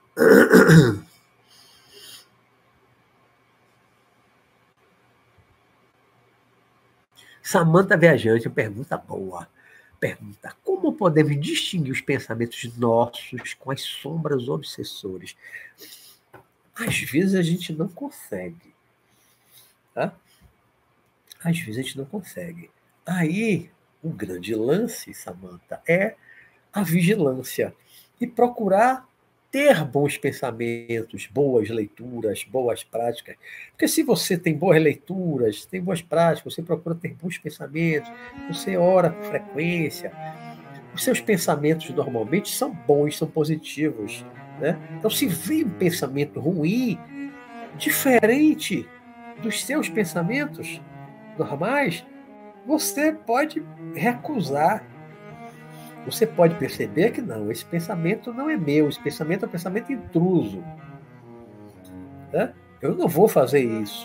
A: Samanta Viajante, pergunta boa. Pergunta: como podemos distinguir os pensamentos nossos com as sombras obsessores? Às vezes a gente não consegue. Tá? Às vezes a gente não consegue. Aí, o grande lance, Samanta, é a vigilância e procurar ter bons pensamentos, boas leituras, boas práticas. Porque se você tem boas leituras, tem boas práticas, você procura ter bons pensamentos, você ora com frequência, os seus pensamentos normalmente são bons, são positivos. Né? Então, se vem um pensamento ruim, diferente dos seus pensamentos normais, você pode recusar. Você pode perceber que não, esse pensamento não é meu, esse pensamento é um pensamento intruso. Né? Eu não vou fazer isso.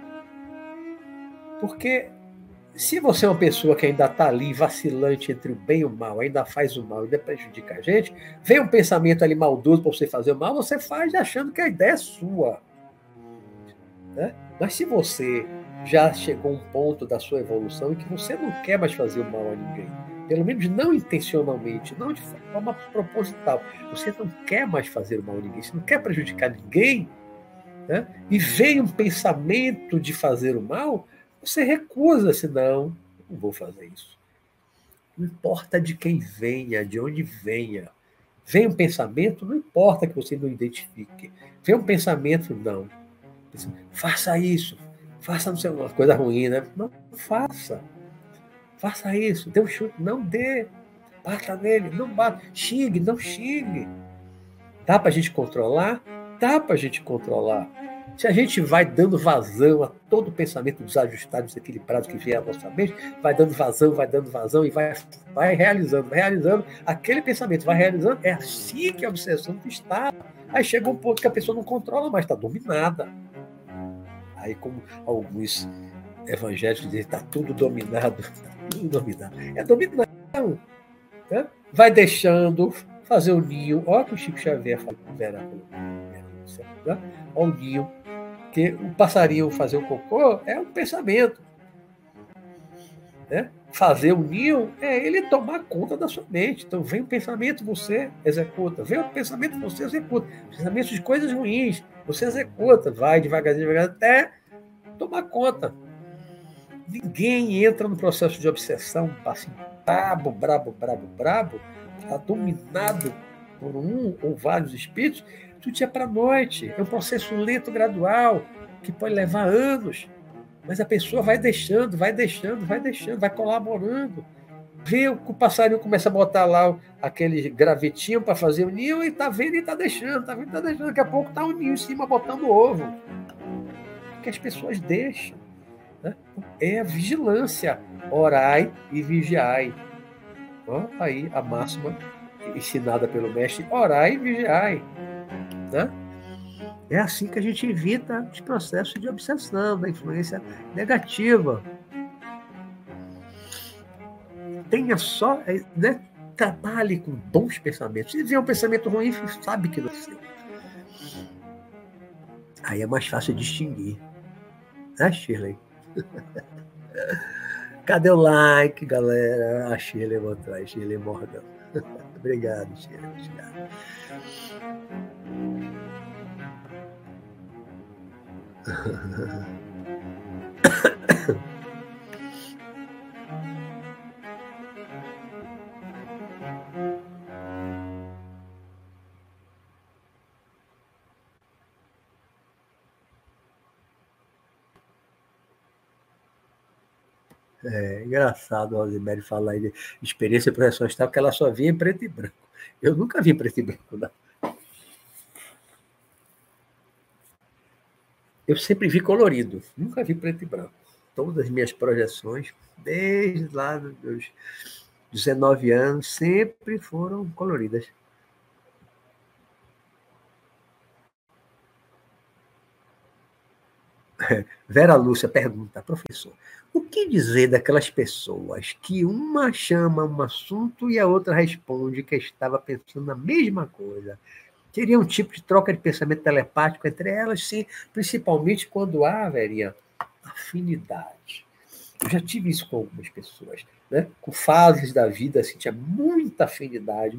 A: Porque se você é uma pessoa que ainda está ali vacilante entre o bem e o mal, ainda faz o mal, ainda prejudica a gente, vem um pensamento ali maldoso para você fazer o mal, você faz achando que a ideia é sua. Né? Mas se você já chegou a um ponto da sua evolução em que você não quer mais fazer o mal a ninguém, pelo menos não intencionalmente, não de forma proposital, você não quer mais fazer o mal a ninguém, você não quer prejudicar ninguém, né? E vem um pensamento de fazer o mal, você recusa-se, não vou fazer isso. Não importa de quem venha, de onde venha. Vem um pensamento, não importa que você não identifique. Vem um pensamento, não. Faça isso. Faça não sei uma coisa ruim, né? Não faça. Faça isso. Dê um chute, não dê. Bata nele, não bata. Xingue, não xingue. Dá para a gente controlar? Dá para a gente controlar. Se a gente vai dando vazão a todo pensamento desajustado, desequilibrado que vier à nossa mente, vai dando vazão e vai realizando aquele pensamento, vai realizando. É assim que a obsessão está. Aí chega um ponto que a pessoa não controla mais, está dominada. Aí, como alguns evangélicos dizem, está tudo dominado, tudo dominado. É dominação. Né? Vai deixando fazer o ninho. Olha o que o Chico Xavier fala com Vera. Né? Olha o ninho. Que o passarinho fazer o cocô é um pensamento. Né? Fazer o ninho é ele tomar conta da sua mente. Então, vem um pensamento, você executa. Vem outro pensamento, você executa. Pensamentos de coisas ruins, você executa. Vai devagarzinho, até tomar conta. Ninguém entra no processo de obsessão, assim, brabo, está dominado por um ou vários espíritos, do dia para a noite. É um processo lento, gradual, que pode levar anos. Mas a pessoa vai deixando, vai colaborando. Vê o passarinho começa a botar lá aquele gravetinho para fazer o ninho e está vendo e está deixando, Daqui a pouco está o ninho em cima botando ovo. Porque as pessoas deixam. Né? É a vigilância. Orai e vigiai. Ó, aí a máxima ensinada pelo mestre, orai e vigiai. Né? É assim que a gente evita os processos de obsessão, da influência negativa. Tenha só, né? Trabalhe com bons pensamentos. Se vier um pensamento ruim, sabe que não é seu. Aí é mais fácil distinguir. Né, Shirley? Cadê o like, galera? A Shirley vou atrás, Shirley Morgan. Obrigado, Shirley. Obrigado. É engraçado o Rosemary falar aí de experiência profissional, que ela só via em preto e branco. Eu nunca vi em preto e branco, não. Eu sempre vi colorido, nunca vi preto e branco. Todas as minhas projeções, desde lá dos meus 19 anos, sempre foram coloridas. Vera Lúcia pergunta, professor, o que dizer daquelas pessoas que uma chama um assunto e a outra responde que estava pensando na mesma coisa? Teria um tipo de troca de pensamento telepático entre elas, sim, principalmente quando há, Verinha, afinidade. Eu já tive isso com algumas pessoas, né? Com fases da vida, assim, tinha muita afinidade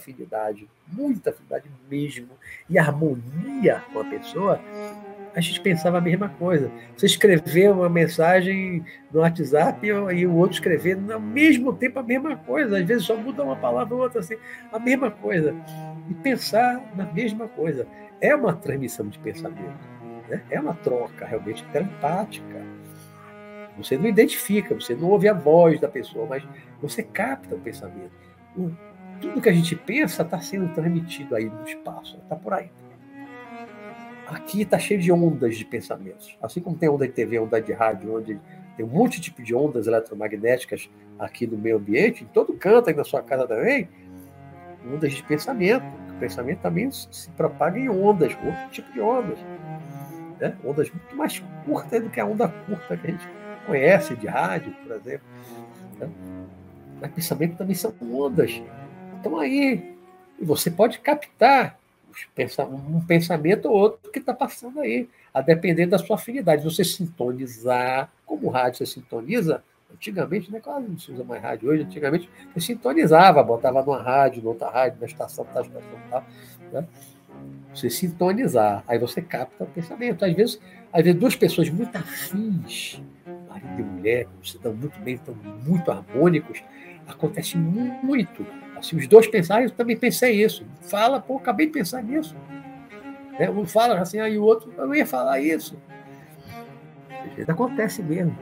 A: mesmo, e harmonia com a pessoa, a gente pensava a mesma coisa. Você escreveu uma mensagem no WhatsApp e o outro escrever ao mesmo tempo a mesma coisa. Às vezes só muda uma palavra ou outra, assim, a mesma coisa. E pensar na mesma coisa. É uma transmissão de pensamento. Né? É uma troca realmente telepática. Você não identifica, você não ouve a voz da pessoa, mas você capta o pensamento. Tudo que a gente pensa está sendo transmitido aí no espaço, está por aí. Aqui está cheio de ondas de pensamentos. Assim como tem onda de TV, onda de rádio, onde tem um monte de tipo de ondas eletromagnéticas aqui no meio ambiente, em todo canto, aí na sua casa também, ondas de pensamento. O pensamento também se propaga em ondas, outro tipo de ondas. Né? Ondas muito mais curtas do que a onda curta que a gente conhece de rádio, por exemplo. Né? Mas pensamento também são ondas. Então aí, você pode captar um pensamento ou outro que está passando aí, a depender da sua afinidade. Você sintonizar, como o rádio você sintoniza, antigamente, né, quase não se usa mais rádio hoje, antigamente você sintonizava, botava numa rádio, noutra rádio, na estação, tal, né? Você sintonizar, aí você capta o pensamento. Às vezes duas pessoas muito afins, marido e mulher, que se dão muito bem, estão muito harmônicos, acontece muito. Assim, os dois pensaram, eu também pensei isso. Fala, pô, acabei de pensar nisso. Né? Um fala assim, aí o outro, eu ia falar isso. Acontece mesmo.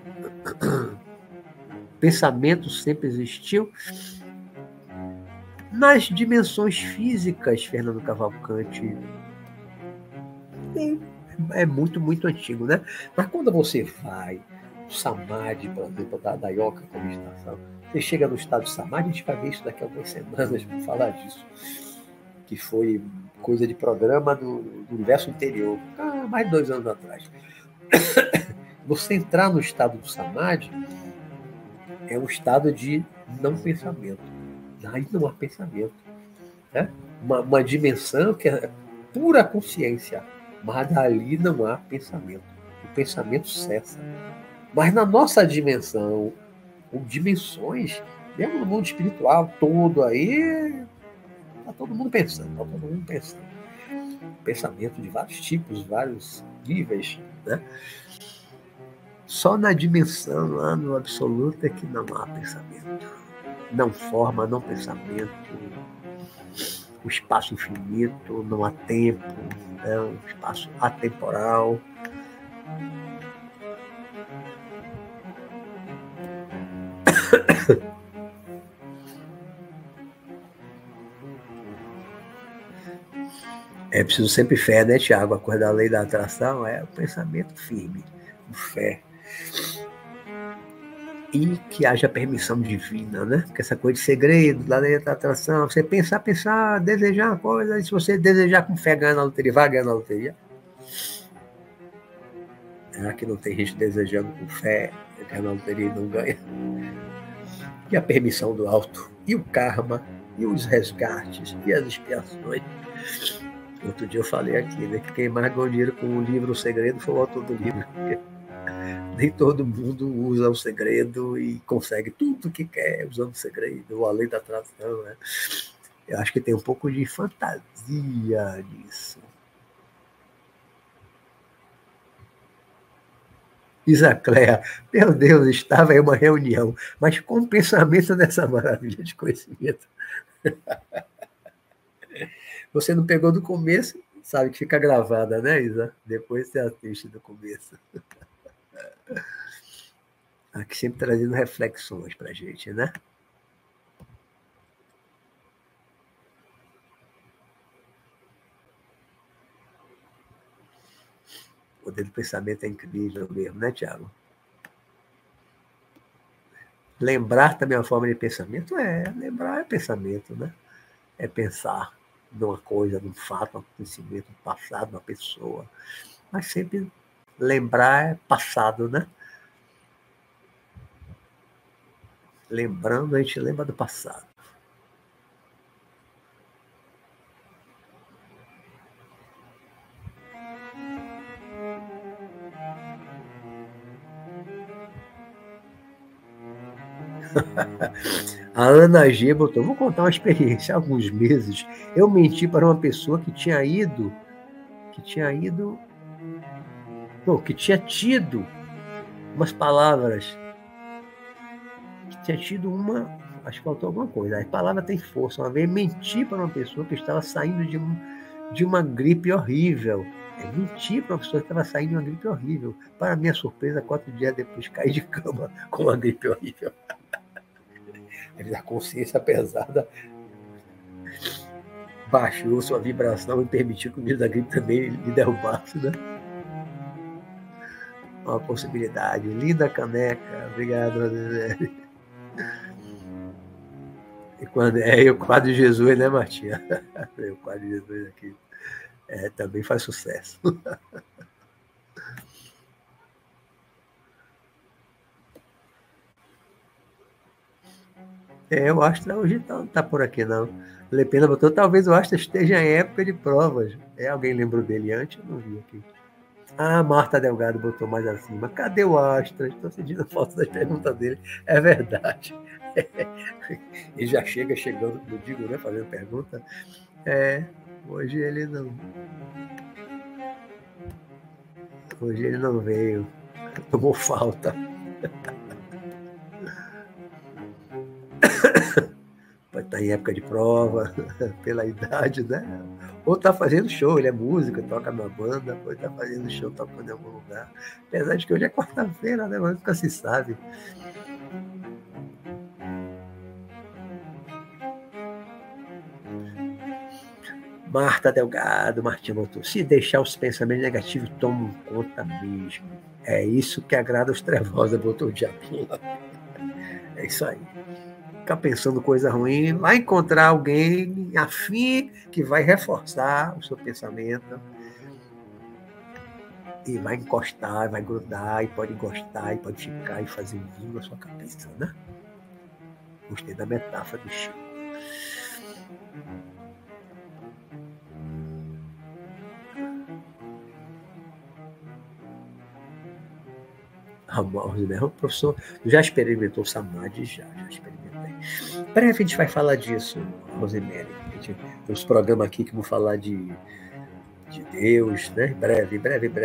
A: Pensamento sempre existiu. Nas dimensões físicas, Fernando Cavalcante, é muito, muito antigo, né? Mas quando você vai, o Samadhi, por exemplo, da Yoga como meditação, você chega no estado de Samadhi, a gente vai ver isso daqui a algumas semanas, vamos falar disso, que foi coisa de programa do universo interior, mais de 2 anos atrás. Você entrar no estado do Samadhi é um estado de não pensamento. Aí não há pensamento. Né? Uma dimensão que é pura consciência, mas dali não há pensamento. O pensamento cessa. Mas na nossa dimensão, ou dimensões, mesmo no mundo espiritual todo aí, está todo mundo pensando, está todo mundo pensando. Pensamento de vários tipos, vários níveis, né? Só na dimensão, lá no absoluto, é que não há pensamento. Não forma, não pensamento. O espaço infinito, não há tempo, é um espaço atemporal. É preciso sempre fé, né, Tiago? A coisa da lei da atração é o pensamento firme, o fé. E que haja permissão divina, né? Porque essa coisa de segredo, da lei da atração, você pensar, desejar uma coisa, e se você desejar com fé ganhar na loteria, vai ganhar na loteria. Aqui não tem gente desejando com fé, ganhar na loteria e não ganha. E a permissão do alto, e o karma, e os resgates, e as expiações. Outro dia eu falei aqui, né, que quem mais ganhou dinheiro com o livro O Segredo foi o autor do livro. Nem todo mundo usa o segredo e consegue tudo que quer usando o segredo, ou a lei da atração. Né? Eu acho que tem um pouco de fantasia nisso. Isacléa, meu Deus, estava em uma reunião, mas com o pensamento dessa maravilha de conhecimento. Você não pegou do começo, sabe que fica gravada, né, Isa? Depois você assiste do começo. Aqui sempre trazendo reflexões para a gente, né? O poder do pensamento é incrível mesmo, né, Tiago? Lembrar também é uma forma de pensamento? Lembrar é pensamento, né? É pensar numa coisa, num fato, num acontecimento, no passado, numa pessoa. Mas sempre lembrar é passado, né? Lembrando, a gente lembra do passado. A Ana G botou, vou contar uma experiência. Há alguns meses, eu menti para uma pessoa que tinha tido umas palavras, que tinha tido acho que faltou alguma coisa. A palavra tem força. Uma vez menti para uma pessoa que estava saindo de uma gripe horrível. Menti para uma pessoa que estava saindo de uma gripe horrível. Para minha surpresa, 4 dias depois, caí de cama com uma gripe horrível. A consciência pesada baixou sua vibração e permitiu que o vírus da gripe também me derrubasse, né? Uma possibilidade. Linda caneca. Obrigado, Roseli. E o quadro de Jesus, né, Martinha? O quadro de Jesus aqui também faz sucesso. O Astra hoje não está por aqui, não. Lepena botou, talvez o Astra esteja em época de provas. Alguém lembrou dele antes? Eu não vi aqui. Marta Delgado botou mais acima. Cadê o Astra? Estou sentindo falta das perguntas dele. É verdade. Ele já chegando, eu digo, né? Fazendo pergunta. Hoje ele não. Hoje ele não veio. Tomou falta. Pode estar em época de prova, pela idade, né? Ou está fazendo show, ele é músico, toca na banda, pode estar fazendo show, tocando em algum lugar. Apesar de que hoje é quarta-feira, né? Mas nunca se sabe. Marta Delgado, Martinha botou, se deixar os pensamentos negativos tomam conta mesmo. É isso que agrada os trevosos, botou o diabinho lá. É isso aí. Ficar pensando coisa ruim, vai encontrar alguém afim que vai reforçar o seu pensamento e vai encostar, vai grudar, e pode encostar, e pode ficar e fazer um ninho na sua cabeça, né? Gostei da metáfora do Chico. O professor já experimentou Samadhi? Já experimentei. Breve a gente vai falar disso, Rosemary. Tem uns programas aqui que vão falar de Deus, né? Breve.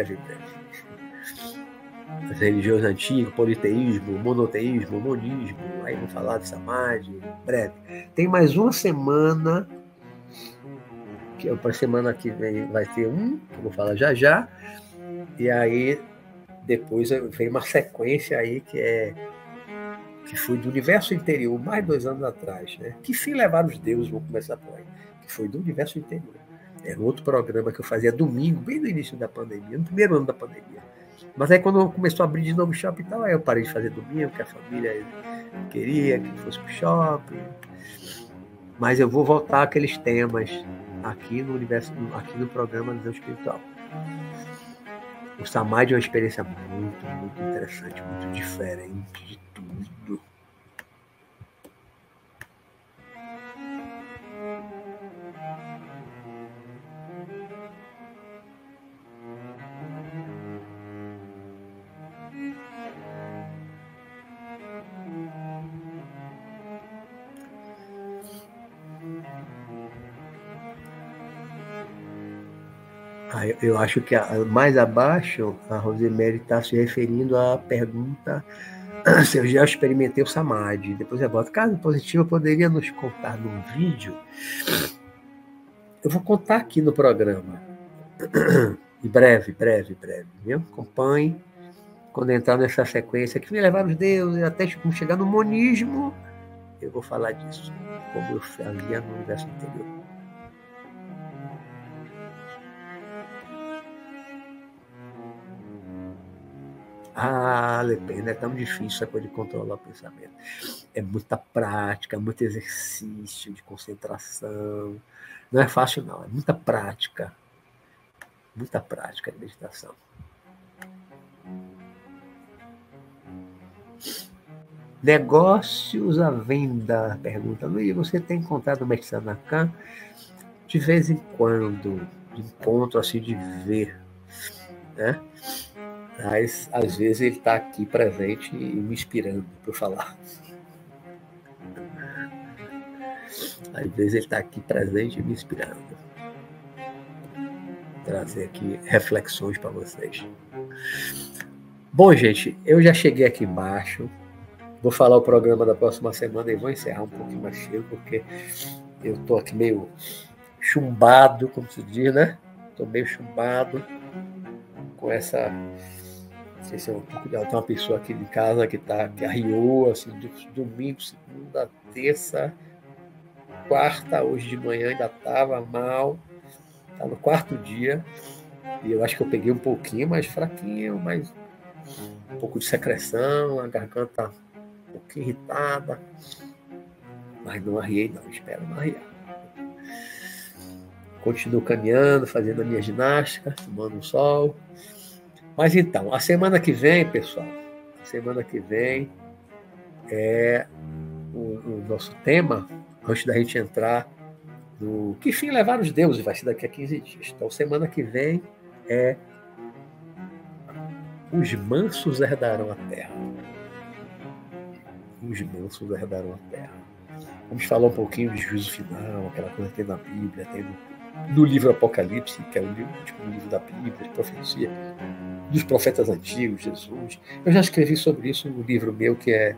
A: As religiões antigas, politeísmo, monoteísmo, monismo, aí vamos falar de Samadhi, breve. Tem mais uma semana, que para a semana que vem vai ter que eu vou falar já, e aí depois vem uma sequência aí que foi do universo interior, mais 2 anos atrás, né? Que fim levaram os deuses, vou começar por aí, que foi do universo interior. Era outro programa que eu fazia domingo, bem no início da pandemia, no primeiro ano da pandemia. Mas aí quando começou a abrir de novo o shopping e tal, aí eu parei de fazer domingo, porque a família queria que fosse pro shopping. Mas eu vou voltar àqueles temas aqui no universo, aqui no programa Visão Espiritual. O Samadhi é uma experiência muito, muito interessante, muito diferente de tudo. Eu acho que mais abaixo, a Rosemary está se referindo à pergunta se eu já experimentei o Samadhi. Depois eu boto, caso positivo, poderia nos contar num vídeo? Eu vou contar aqui no programa. E breve, viu? Acompanhe. Quando entrar nessa sequência que me levar os deuses, até chegar no monismo, eu vou falar disso, como eu fazia no universo interior. Lepena, é tão difícil essa coisa de controlar o pensamento. É muita prática, muito exercício de concentração. Não é fácil, não. É muita prática. Muita prática de meditação. Negócios à venda, pergunta Luiz, você tem contato com o Nakan? De vez em quando, de encontro assim, de ver, né? Mas, às vezes, ele está aqui presente e me inspirando para falar. Às vezes, ele está aqui presente e me inspirando. Trazer aqui reflexões para vocês. Bom, gente, eu já cheguei aqui embaixo. Vou falar o programa da próxima semana e vou encerrar um pouquinho mais cedo, porque eu estou aqui meio chumbado, como se diz, né? Estou meio chumbado com essa... Não sei se é um pouco de... Tem uma pessoa aqui de casa que arriou, assim, de domingo, segunda, terça, quarta, hoje de manhã ainda estava mal. Está no 4º dia. E eu acho que eu peguei um pouquinho mais fraquinho, mas um pouco de secreção, a garganta um pouquinho irritada. Mas não arriei, não. Espero não arriar. Continuo caminhando, fazendo a minha ginástica, tomando um sol. Mas então, a semana que vem, pessoal, é o nosso tema, antes da gente entrar no que fim levar os deuses, vai ser daqui a 15 dias. Então, semana que vem é os mansos herdarão a terra. Os mansos herdarão a terra. Vamos falar um pouquinho de juízo final, aquela coisa que tem na Bíblia, tem no livro Apocalipse, que é o último livro da Bíblia, de profecia, dos profetas antigos, Jesus. Eu já escrevi sobre isso no livro meu, que é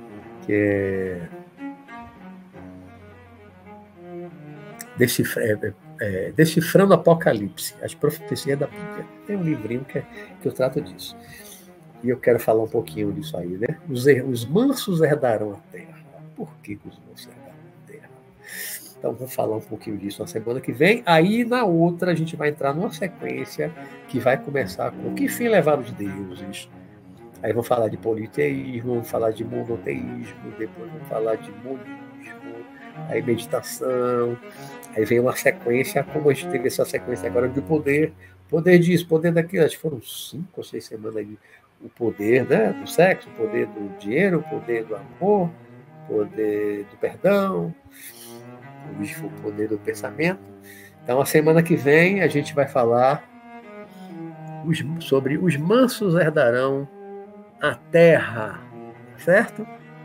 A: Decifrando Apocalipse, as profecias da Bíblia. Tem um livrinho que eu trato disso. E eu quero falar um pouquinho disso aí, né? Os mansos herdarão a terra. Por que os mansos herdarão a terra? Então, vou falar um pouquinho disso na semana que vem. Aí, na outra, a gente vai entrar numa sequência que vai começar com o que fim levar os deuses. Aí vou falar de politeísmo, vou falar de monoteísmo, depois vou falar de monismo, aí meditação, Aí vem uma sequência, como a gente teve essa sequência agora de poder disso, poder daquilo. Acho que foram 5 ou 6 semanas aí. O poder, né, do sexo, o poder do dinheiro, o poder do amor, o poder do perdão, o poder do pensamento. Então, a semana que vem, a gente vai falar sobre os mansos herdarão a terra, certo?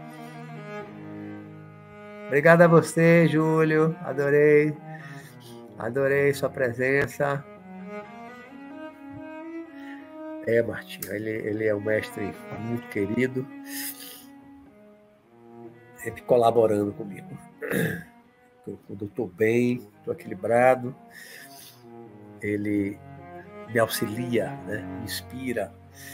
A: Obrigado a você, Júlio. Adorei sua presença. Martinho, ele é um mestre muito querido, sempre colaborando comigo. Quando eu estou bem, estou equilibrado, ele me auxilia, né? Me inspira.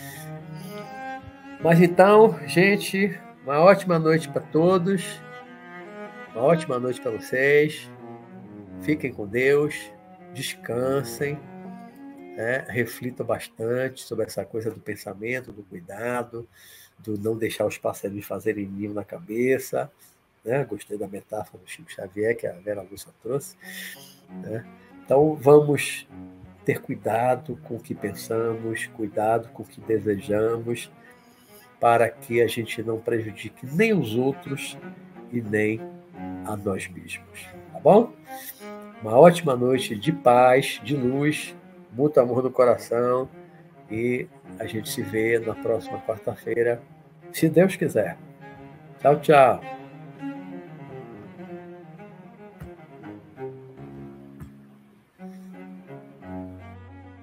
A: Mas então, gente, uma ótima noite para todos, uma ótima noite para vocês. Fiquem com Deus, descansem, né? Reflitam bastante sobre essa coisa do pensamento, do cuidado, do não deixar os passarinhos fazerem ninho na cabeça, né? Gostei da metáfora do Chico Xavier, que a Vera Lúcia trouxe, né? Então, vamos ter cuidado com o que pensamos, cuidado com o que desejamos, para que a gente não prejudique nem os outros e nem a nós mesmos. Tá bom? Uma ótima noite de paz, de luz, muito amor no coração, e a gente se vê na próxima quarta-feira, se Deus quiser. Tchau, tchau.